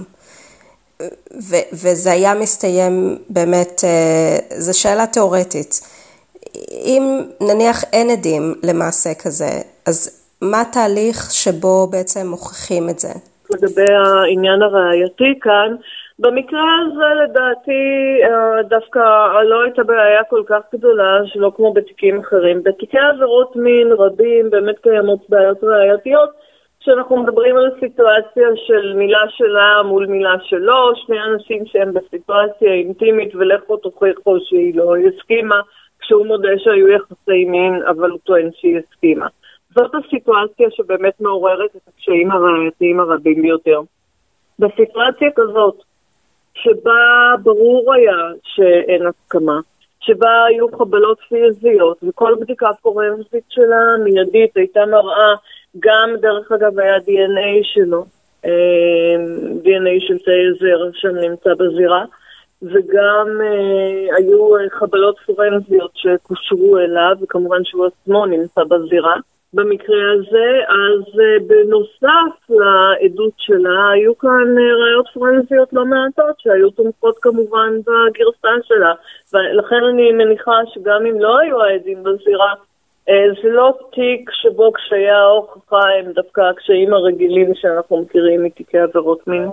[SPEAKER 1] וזה היה מסתיים באמת, זו שאלה תיאורטית. אם נניח אין עדים למעשה כזה, אז מה התהליך שבו בעצם מוכיחים את זה?
[SPEAKER 2] לגבי העניין הראייתי כאן, במקרה הזה לדעתי דווקא לא הייתה בעיה כל כך גדולה שלא כמו בתיקים אחרים. בתיקי עבירות מין רבים באמת קיימות בעיות ראייתיות, כשאנחנו מדברים על סיטואציה של מילה שלה מול מילה שלו, שני אנשים שהם בסיטואציה אינטימית ולכו תוכיחו שהיא לא הסכימה, כשהוא מודה שהיו יחסי מין אבל הוא טוען שהיא הסכימה. זאת הסיטואציה שבאמת מעוררת את הקשיים הראייתיים הרבים ביותר. בסיטואציה כזאת, שבה ברור היה שאין הסכמה, שבה היו חבלות פיזיות, וכל בדיקה פורנזית שלה מיידית הייתה מראה, גם דרך אגב היה DNA שלו, DNA של תאי זרע שם נמצא בזירה, וגם היו חבלות פורנזיות שקושרו אליו, וכמובן שהוא עצמו נמצא בזירה. במקרה הזה, אז בנוסף לעדות שלה, היו כאן ראיות פורנזיות לא מעטות, שהיו תומכות כמובן בגרסה שלה, ולכן אני מניחה שגם אם לא היו העדים בזירה, זה לא תיק שבו קשיי ההוכחה הם דווקא הקשיים הרגילים שאנחנו מכירים מתיקי עבירות מין.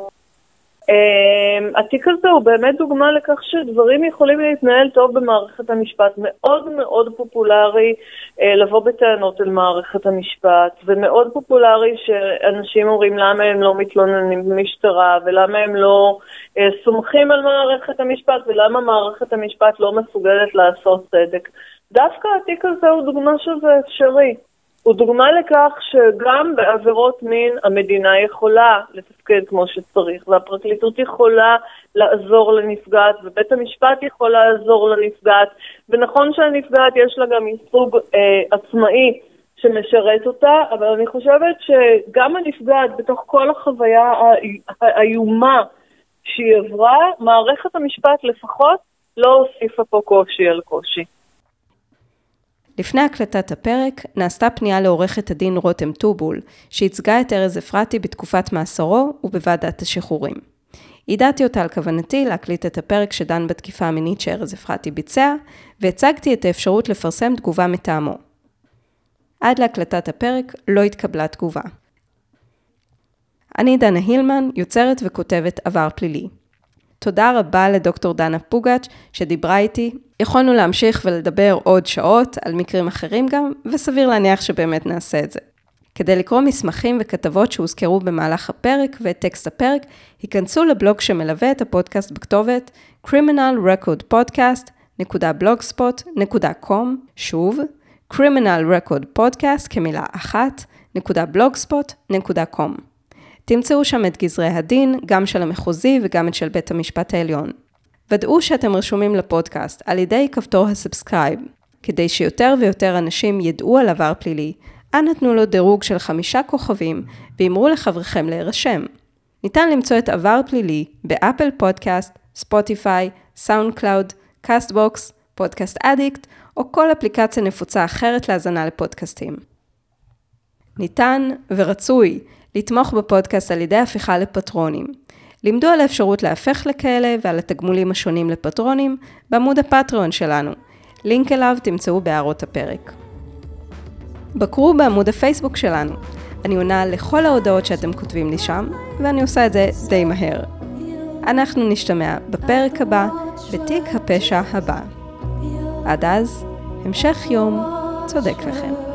[SPEAKER 2] התיק הזה הוא באמת דוגמה לכך שדברים יכולים להתנהל טוב במערכת המשפט. מאוד מאוד פופולרי לבוא בטענות אל מערכת המשפט, ומאוד פופולרי שאנשים אומרים למה הם לא מתלוננים במשטרה, ולמה הם לא סומכים על מערכת המשפט, ולמה מערכת המשפט לא מסוגלת לעשות צדק. דווקא התיק הזה הוא דוגמה שזה אפשרי. הוא דוגמה לכך שגם בעבירות מין המדינה יכולה לתפקד כמו שצריך, והפרקליטות יכולה לעזור לנפגעת, ובית המשפט יכול לעזור לנפגעת, ונכון שהנפגעת יש לה גם ייצוג עצמאי שמשרת אותה, אבל אני חושבת שגם הנפגעת בתוך כל החוויה האיומה שהיא עברה, מערכת המשפט לפחות לא הוסיפה פה קושי על קושי.
[SPEAKER 1] לפני הקלטת הפרק נעשתה פנייה לעורכת הדין רותם טובול, שהצגה את ארז אפרתי בתקופת מאסרו ובוועדת השחרורים. ידעתי אותה על כוונתי להקליט את הפרק שדן בתקיפה המינית שארז אפרתי ביצע, והצגתי את האפשרות לפרסם תגובה מטעמו. עד להקלטת הפרק לא התקבלה תגובה. אני דנה הילמן, יוצרת וכותבת עבר פלילי. תודה רבה לדוקטור דנה פוגץ' שדיברה איתי. יכולנו להמשיך ולדבר עוד שעות על מקרים אחרים גם, וסביר להניח שבאמת נעשה את זה. כדי לקרוא מסמכים וכתבות שהוזכרו במהלך הפרק ואת טקסט הפרק, היכנסו לבלוג שמלווה את הפודקאסט בכתובת criminalrecordpodcast.blogspot.com, שוב, criminalrecordpodcast כמילה אחת, .blogspot.com. תמצאו שם את גזרי הדין, גם של המחוזי וגם את של בית המשפט העליון. ודאו שאתם רשומים לפודקאסט על ידי כפתור הסאבסקרייב, כדי שיותר ויותר אנשים ידעו על עבר פלילי, אנא תנו לו דירוג של 5 כוכבים ואמרו לחבריכם להירשם. ניתן למצוא את עבר פלילי באפל פודקאסט, ספוטיפיי, סאונד קלאוד, קאסטבוקס, פודקאסט אדיקט או כל אפליקציה נפוצה אחרת להזנה לפודקאסטים. ניתן ורצוי לתמוך בפודקאסט על ידי הפיכה לפטרונים. לימדו על האפשרות להפך לכאלה ועל התגמולים השונים לפטרונים בעמוד הפטריון שלנו. לינק אליו תמצאו בהערות הפרק. בקרו בעמוד הפייסבוק שלנו. אני עונה לכל ההודעות שאתם כותבים לי שם, ואני עושה את זה די מהר. אנחנו נשתמע בפרק הבא, בתיק הפשע הבא. עד אז, המשך יום צודק לכם.